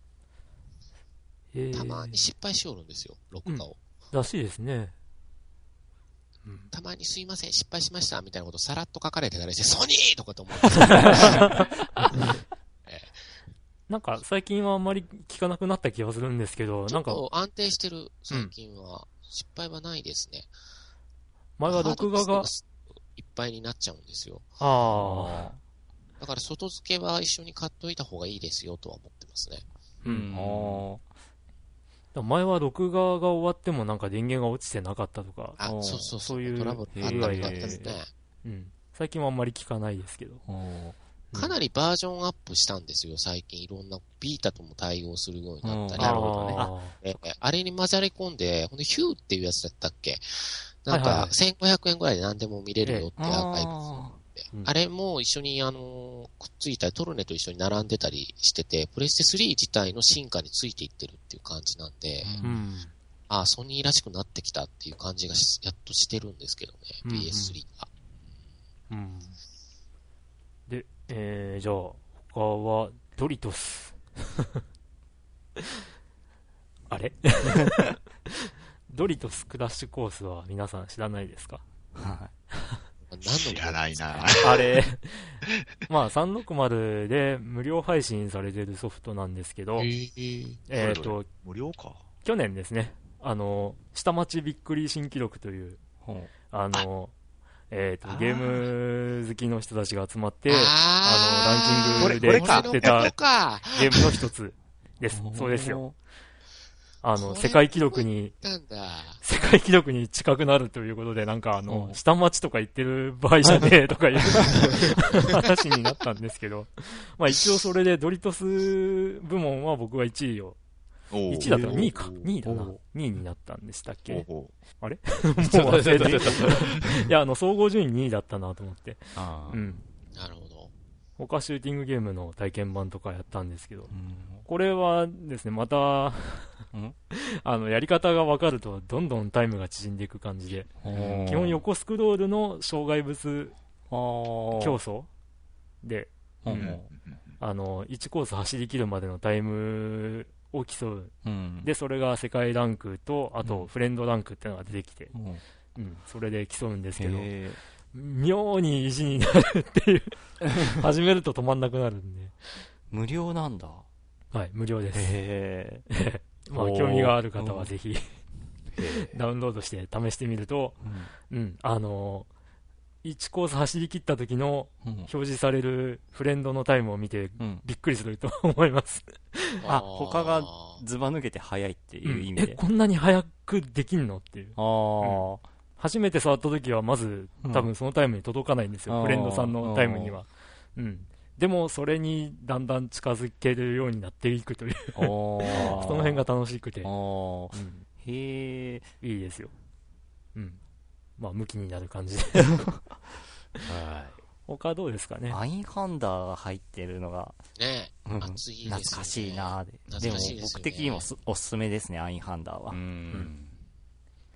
えーたまに失敗しおるんですよ、録画を。 らしいですね。うんたまにすいません、失敗しました、みたいなことさらっと書かれてたりして、ソニーとかと思うんですよ。 なんか最近はあんまり聞かなくなった気がするんですけど、 ちょっなんかと安定してる、最近は。失敗はないですね。 前は録画が、 ハードディスクいっぱいになっちゃうんですよ。 ああ、 だから外付けは一緒に買っといた方がいいですよとは思ってますね。 うんあ前は録画が終わってもなんか電源が落ちてなかったとか、 あ、 おーそうそうそういうトラブルあったみたいですね。 うん、最近はあんまり聞かないですけど。 ーおーかなりバージョンアップしたんですよ、最近。いろんなビータとも対応するようになったり。 うんなるほどねあえあれに混ざり込んで、ほんでヒューっていうやつだったっけなんか、 はいはいはいせんごひゃくえんぐらいで何でも見れるよってアーカイブあうんあれも一緒にあの、くっついたり、トルネと一緒に並んでたりしてて、プレステスリー自体の進化についていってるっていう感じなんで、 ーうんああ、ソニーらしくなってきたっていう感じがしやっとしてるんですけどね、 うんうんピーエススリー が。 うんで、えー、じゃあ、他は、ドリトス。あれドリトスクラッシュコースは皆さん知らないですか？ は何の知らないな。 あれ、まあ、さんびゃくろくじゅうで無料配信されてるソフトなんですけど、 へーえっと、 無料か。 去年ですね、あの、下町びっくり新記録という、 い。ほうあの、えっとあ、ーゲーム好きの人たちが集まって、 ああの、ランキングでこれこれか作ってたこれか。 ゲームの一つです。そうですよ。。あの、世界記録に、 なんだ。 世界記録に近くなるということで、なんかあのう、ん下町とか行ってる場合じゃねえとかいう話になったんですけど、まあ一応それでドリトス部門は僕はいちいを、 おーいちいだったらにいか。 おーにいだなおー。 にいになったんでしたっけ？ おーもう忘れて。いや、あの、総合順位にいだったなと思って。 あーうん。 なるほど。 他シューティングゲームの体験版とかやったんですけど、 うんこれはですね、またんあの、やり方が分かると、どんどんタイムが縮んでいく感じで、 ほう基本横スクロールの障害物競競争で、 うんうんあの、いちコース走り切るまでのタイムを競う。 うんで、それが世界ランクと、あうんとフレンドランクっていうのが出てきて、 うんうん、それで競うんですけど、 へ妙に意地になるっていう、始めると止まんなくなるんで、 ー無料なんだ。 はい、無料です。 へまあ、 おー興味がある方はぜひ、 え。 ダウンロードして試してみると、 うんうん、あのー、いちコース走り切った時のうん表示されるフレンドのタイムを見てうんびっくりすると思います。 あー他がずば抜けて早いっていう意味え、 で。 こんなに早くできんのっていう。 ああ。 初めて触った時はまず多分そのタイムに届かないんですよ、 うんフレンドさんのタイムには。うん。でもそれにだんだん近づけるようになっていくという、 おーその辺が楽しくて、うおーん、 へえ。 いいですよ。うん。まあ、向きになる感じで。 は他どうですかね。 アインハンダーが入ってるのが、 ねうん熱いですよね懐かしいなーで。で懐もかしいですよね僕的にもすおすすめですね、アインハンダーは。 い。うん。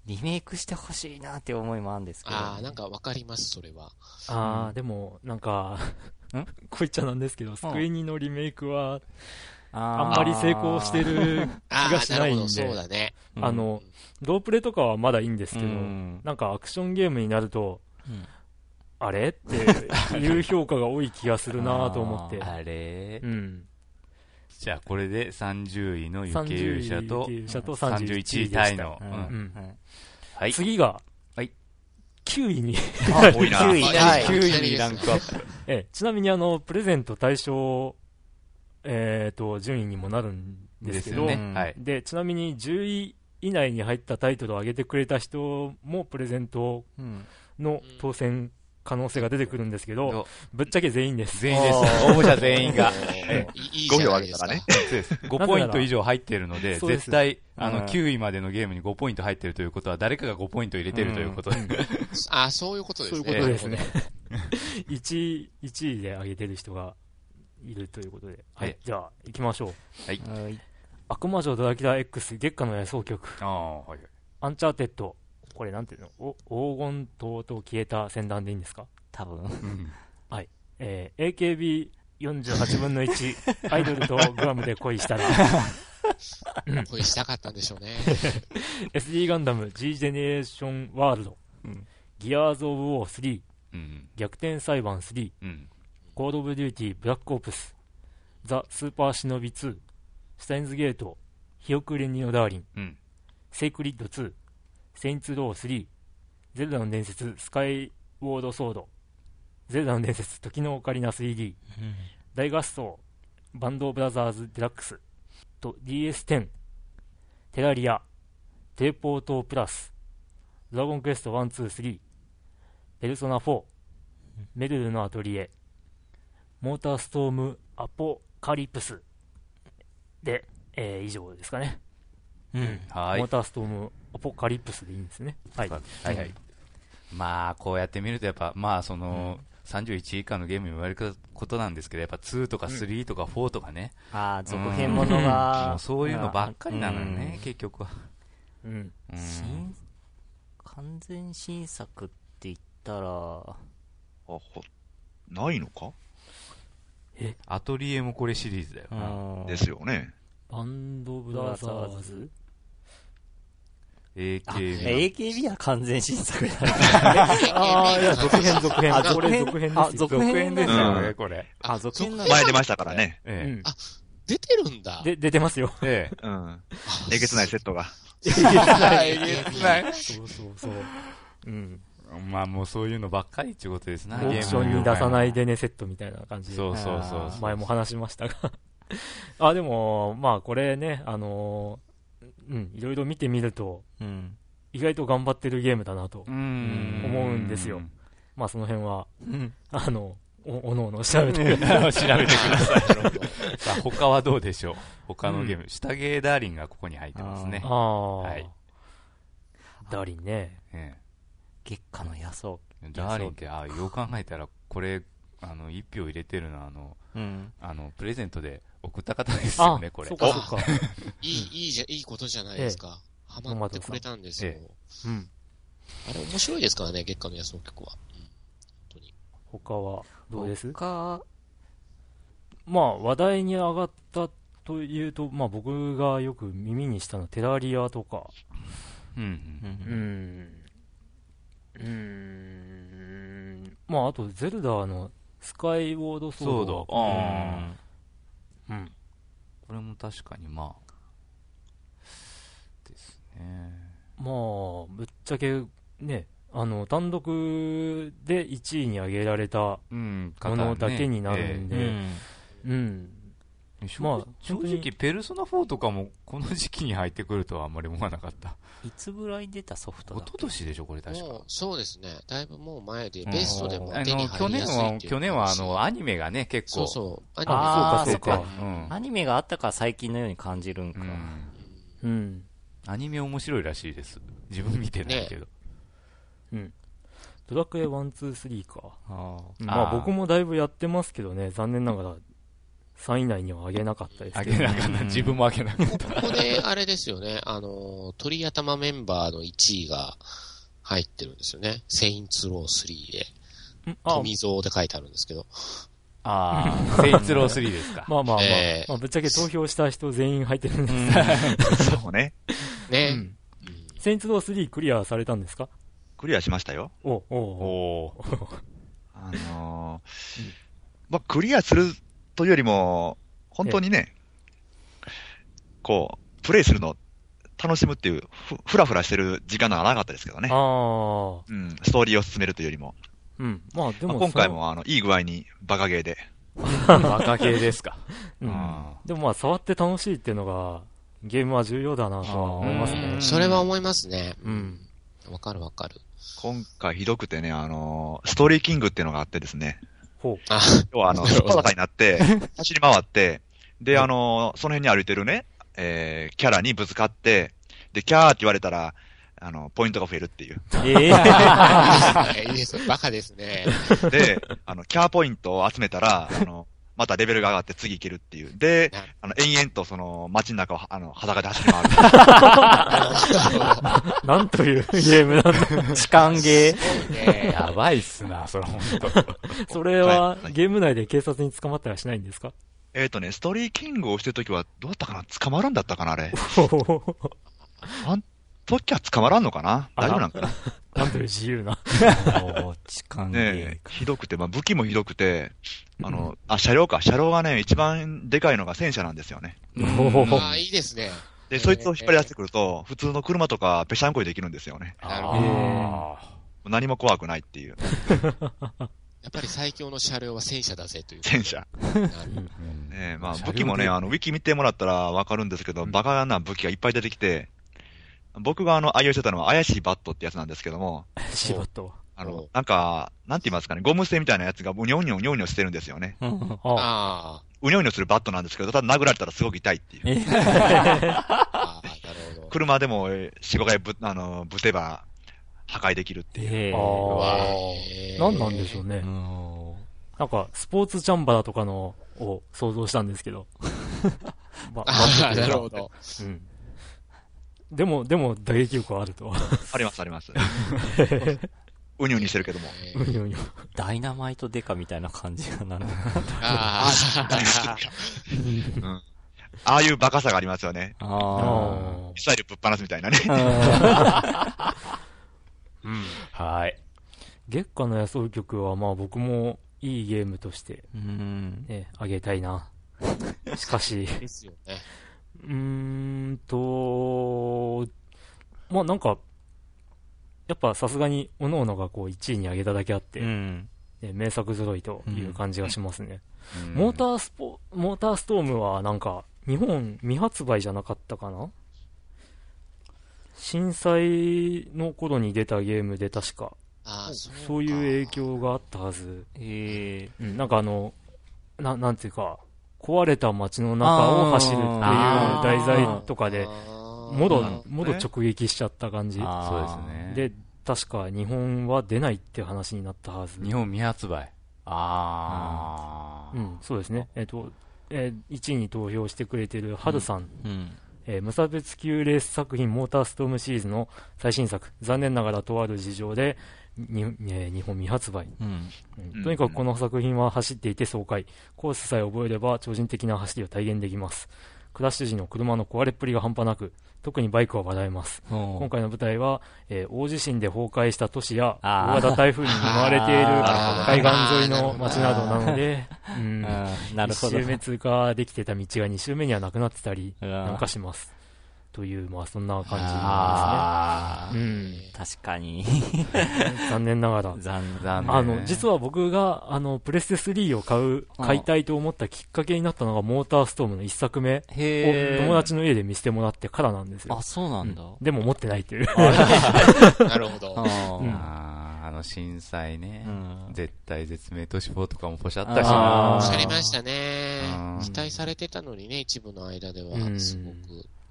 リメイクしてほしいなって思いもあるんですけど、ね。 ああ、なんかわかります、それは。 ああ、 うんでも、なんか、 んこう言っちゃなんですけど、スクエニのリメイクは、 ああんまり成功してる気ああ、 がしないんなるほど、そうで、 だね。 うんあの、ロープレとかはまだいいんですけど、 うんなんかアクションゲームになると、 うんあれっていう評価が多い気がするなと思って。 あれうん。 じゃあこれでさんじゅういの雪勇者とさんじゅうい勇者とさんじゅういちいタイの。 ううんんうんはいはい。 次が、 はいきゅういにあ、多いな。 きゅういはいきゅういにランクアップ。 ええ、ちなみにあの、プレゼント対象、えっと、順位にもなるんですけど、 ですよね。 うんはい。 で、ちなみにじゅうい以内に入ったタイトルを上げてくれた人もプレゼントうんの当選可能性が出てくるんですけど、 どぶっちゃけ全員です。 全員です。応募者全員が。 えいいいじゃないですか。 ごひょうあげそうです。ごポイント以上入っているので、 そうです絶対、あの、 うんきゅういまでのゲームにごポイント入っているということは、誰かがごポイント入れてるということで。 ああ、そういうことですね。 そういうことですねなるほど。 いちい、いちいで上げてる人がいるということで。ははいい。 じゃあ、行きましょう。 はい悪魔女ドラキュラ X 月下の野草曲。 ああ、はいはい。 アンチャーテッド。これなんていうのお黄金塔と消えた戦団でいいんですか？ 多分。 うんえー、エーケービーよんじゅうはちぶんのいち アイドルとグアムで恋したら恋したかったんでしょうね。 エスディー ガンダム G ジェネレーションワールド、 うんギアーズ・オブ・ウォースリー、 うん。 逆転裁判スリー、 うん。 コード・オブ・デューティーブラック・オプス、ザ・スーパー・シノビツー、シュタインズ・ゲート、ヒオク・レニオ・ダーリン、 うん。 セイクリッドツー、セインツ・ロースリー、ゼルダの伝説スカイウォード・ソード、ゼルダの伝説時のオカリナ スリーディー、大合奏バンドブラザーズデラックスと ディーエステン、テラリア、テレポートプラス、ドラゴンクエストワン、ツー、スリー、ペルソナフォー、メルルのアトリエ、モーターストームアポカリプスで、えー以上ですかね。 うんはいモー。ターストームアポカリプスでいいんですね。はい。 はいはい。まあ、こうやって見ると、やっぱ、まあ、その、さんじゅういち以下のゲームに言われることなんですけど、やっぱにとかさんとかよんとかね。 ああ、続編ものもがう、そういうのばっかりなのよね、 うん結局は。 うん。 うん新完全新作って言ったら、 あほないのかアトリエもこれシリーズだよな。 うんですよね。 バンドブラザーズエーケあ、 ービー。 エーケービー は完全新作だ。 ああ、いや、続編、続編。 あこれ続編続編ですよ。 あ続編ですよね、 うんこれ。 あ、続編なんだ。 前出ましたからね。 えうん出てるんだ。 で、出てますよ。 え。えうん。えげつないセットが。 えげつない。 そうそうそう。うん。 まあもうそういうのばっかりっていうことですな、 オークションに出さないでねセットみたいな感じで。 そうそうそうそう。 前も話しましたが。あ、でも、まあこれね、あのーうん、いろいろ見てみると、 うん。 意外と頑張ってるゲームだなとう。ん。 思うんですよ。まあその辺は、 うん。 あの、お、おのおの調べてください。 調べてください。 なるほど。 さあ、他はどうでしょう他のゲーム。下ゲーダーリンがここに入ってますねあ。あ、 はいダーリンね。 え月下の野草。 えダーリンって、あよう考えたら、これ、あの、一票入れてるのは、あの、 うん。 あの、プレゼントで送った方ですよね、これそう。かそうか。 いい、いいじゃ、いいことじゃないですか。ハマってくれたんですよえ。 うん。 あれ面白いですからね、月下の野草曲は。うん本当に。 他はどうです他、 まあ話題に上がったというと、まあ僕がよく耳にしたのはテラリアとか、 うん。 う。 うんん、うーん、まああとゼルダのスカイウォードソード。 ソード。ああ。 うん。 これも確かに、まあ、ですね。 まあ、ぶっちゃけね、あの、単独でいちいに挙げられたうん、 ものだけになるんうで、 ん。 うん。 ええ正まあ正本当に直、ペルソナフォーとかもこの時期に入ってくるとはあんまり思わなかった。 いつぐらい出たソフトだ一昨年でしょ、これ確か。 もう、そうですね。だいぶもう前で、 うんベストでもあの、 手に去年入りやすいは、 っていう去年はあの、アニメがね、結構。 そうそう。アニメあーそうかそっかうん。 アニメがあったから最近のように感じるんか。 うん。 うん。 アニメ面白いらしいです。自分見てないけど。 うん。ドラクエワン、ツー、スリーか。 あまああー僕もだいぶやってますけどね、残念ながらさんい以内には上げなかったですあけど、 げなかった。自分もあげなかった。 ここで、あれですよね、あの、鳥頭メンバーのいちいが入ってるんですよね。セインツロースリーで。 んあ富蔵で書いてあるんですけど。 ああ、セインツロースリーですか。 まあまあまあ、 えーまあ、ぶっちゃけ投票した人全員入ってるんですそうね。 ね。 うんうんセインツロースリークリアされたんですか？ クリアしましたよ。 おおおおー。 あのーまあ、クリアするというよりも、本当にね、こう、プレイするの楽しむっていう、ふ、ふらふらしてる時間が長かったですけどね。 ああ、 うん、ストーリーを進めるというよりも。 うん。まあでも、 まあ、今回も、あの、いい具合にバカゲーで。 バカ系ですか。 うんあでもまあ触って楽しいっていうのが、ゲームは重要だなとは思いますねうん。それは思いますね。 うん。 わかるわかる。 今回ひどくてね、あのーストーリーキングっていうのがあってですね。 ほう。 あ、 要は、あの、 なるほど戦いになって、走り回って、で、あのーその辺に歩いてるね、えー、キャラにぶつかって、で、キャーって言われたら、あの、ポイントが増えるっていう。 ええいいですよ。バカですね。 で、あの、キャーポイントを集めたら、あの、またレベルが上がって次行けるっていう。で、あの、延々とその、街の中を、あの、裸で走り回る。 なんというゲームなんだ。 痴漢ゲー。 ねーやばいっすな、それほんと。 それははいゲーム内で警察に捕まったりはしないんですか？ えっとね、ストーリーキングをしてるときは、どうだったかな捕まるんだったかなあれ。 ほほほほあん時は捕まらんのかなあら大丈夫なんかななんという自由な。 おー痴漢ゲーねえ、ひどくて、まあ、武器もひどくて、あの、あ、車両か。車両がね、一番でかいのが戦車なんですよね。 ほほほああ、いいですね。 で、そいつを引っ張り出してくると、普通の車とかぺしゃんこにできるんですよね。 なるほど。 あ何も怖くないっていう。 やっぱり最強の車両は戦車だぜという。 戦車。 なるーうんねえ、まあ、 車両武器もね、 であの、ウィキ見てもらったらわかるんですけど、 うんバカな武器がいっぱい出てきて、僕があの、愛用してたのは怪しいバットってやつなんですけども、 シバット。 あのおう、 なんか、なんて言いますかね、ゴム製みたいなやつがうにょうにょうにょうにょしてるんですよね。 うんああうにょうにょするバットなんですけど、ただ殴られたらすごく痛いっていう。 えあ、ああ、なるほど。 車でもよん、ごかいぶ、あの、ぶてば破壊できるっていう。 えあうわー。何なんでしょうね。 うんなんか、スポーツチャンバラとかのを想像したんですけど。まああ、なるほど。 うん。でも、でも、打撃力はあると。 ありますあります。うにゅうにしてるけども。 えーうんうんうんダイナマイトデカみたいな感じがなる。 ああ、 うん。ああいうバカさがありますよね。 ああミサイルぶっ放すみたいなね。 あ。 うん。 はい。 月下の野草曲はまあ僕もいいゲームとしてうん。 ね、あげたいな。しかし、 ですよね。 うーんと、まあなんか、やっぱさすがに各々がこういちいに上げただけあって、 うん。 ね名作揃いという感じがしますね。 うんモータースポ、モーターストームはなんか、日本未発売じゃなかったかな？震災の頃に出たゲームで確か、 ああ、そうかそういう影響があったはず。 ええうん、なんかあの、な、なんていうか、壊れた街の中を走るっていうあー題材とかで、 あーもろなるほどね、 もろ直撃しちゃった感じ。 あそうですね。 で、確か日本は出ないって話になったはず。 日本未発売。ああ。 うん、そうですね。えっ、と、えーいちいに投票してくれてるハルさん、 うん。 えー無差別級レース作品モーターストームシリーズの最新作、残念ながらとある事情で、にえー日本未発売、 うん。 うんうんとにかくこの作品は走っていて爽快、コースさえ覚えれば超人的な走りを体現できます。クラッシュ時の車の壊れっぷりが半端なく、特にバイクは笑えます。今今回の舞台は、えー大地震で崩壊した都市やあー大型台風に見舞われているあー海岸沿いの街などなので、うん、 なるほど。 いち周目通過できてた道がに周目にはなくなってたりうんなんかします。という、まあそんな感あじですね。 確かに。 うん。残念ながら。 残残念あの、実は僕が、あの、プレステスリーを買う、買いたいと思ったきっかけになったのが、モーターストームの一作目をへ友達の家で見せてもらってからなんですよ。 あ、そうなんだ。 でも持ってないという。 なるほど。 あーうんあーあの震災ね、 うん絶対絶命都市フォーとかもポシャったしあなーおっしゃりましたねうん。 期待されてたのにね、一部の間ではう、んすごく。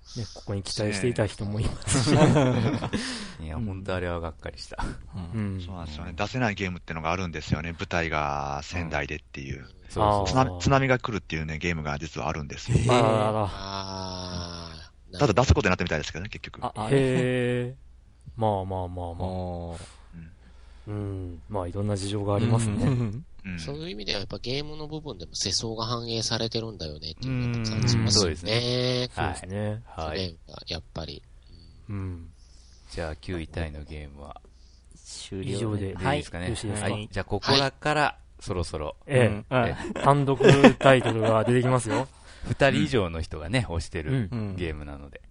ね、ここに期待していた人もいますし。 いや、本当あれはがっかりした。 うん。そうなんですよね。出せないゲームってのがあるんですよね。舞台が仙台でっていう。 そう津波、津波が来るっていうね、ゲームが実はあるんですよ。 あららら。 あー。 ただ出すことになったみたいですけどね、結局。 あ、へー。まあまあまあまあ。うん。まあいろんな事情がありますね。 うん、そういう意味ではやっぱゲームの部分でも世相が反映されてるんだよねっていうのを感じますよね。そうですね。 そうですね。 はい。やっぱり。 うん。 じゃあきゅういタイのゲームは終了以上でいいですかね。 はい。 じゃあここらからそろそろ。 ええ。単独タイトルが出てきますよ。 二人以上の人がね、推してるゲームなので。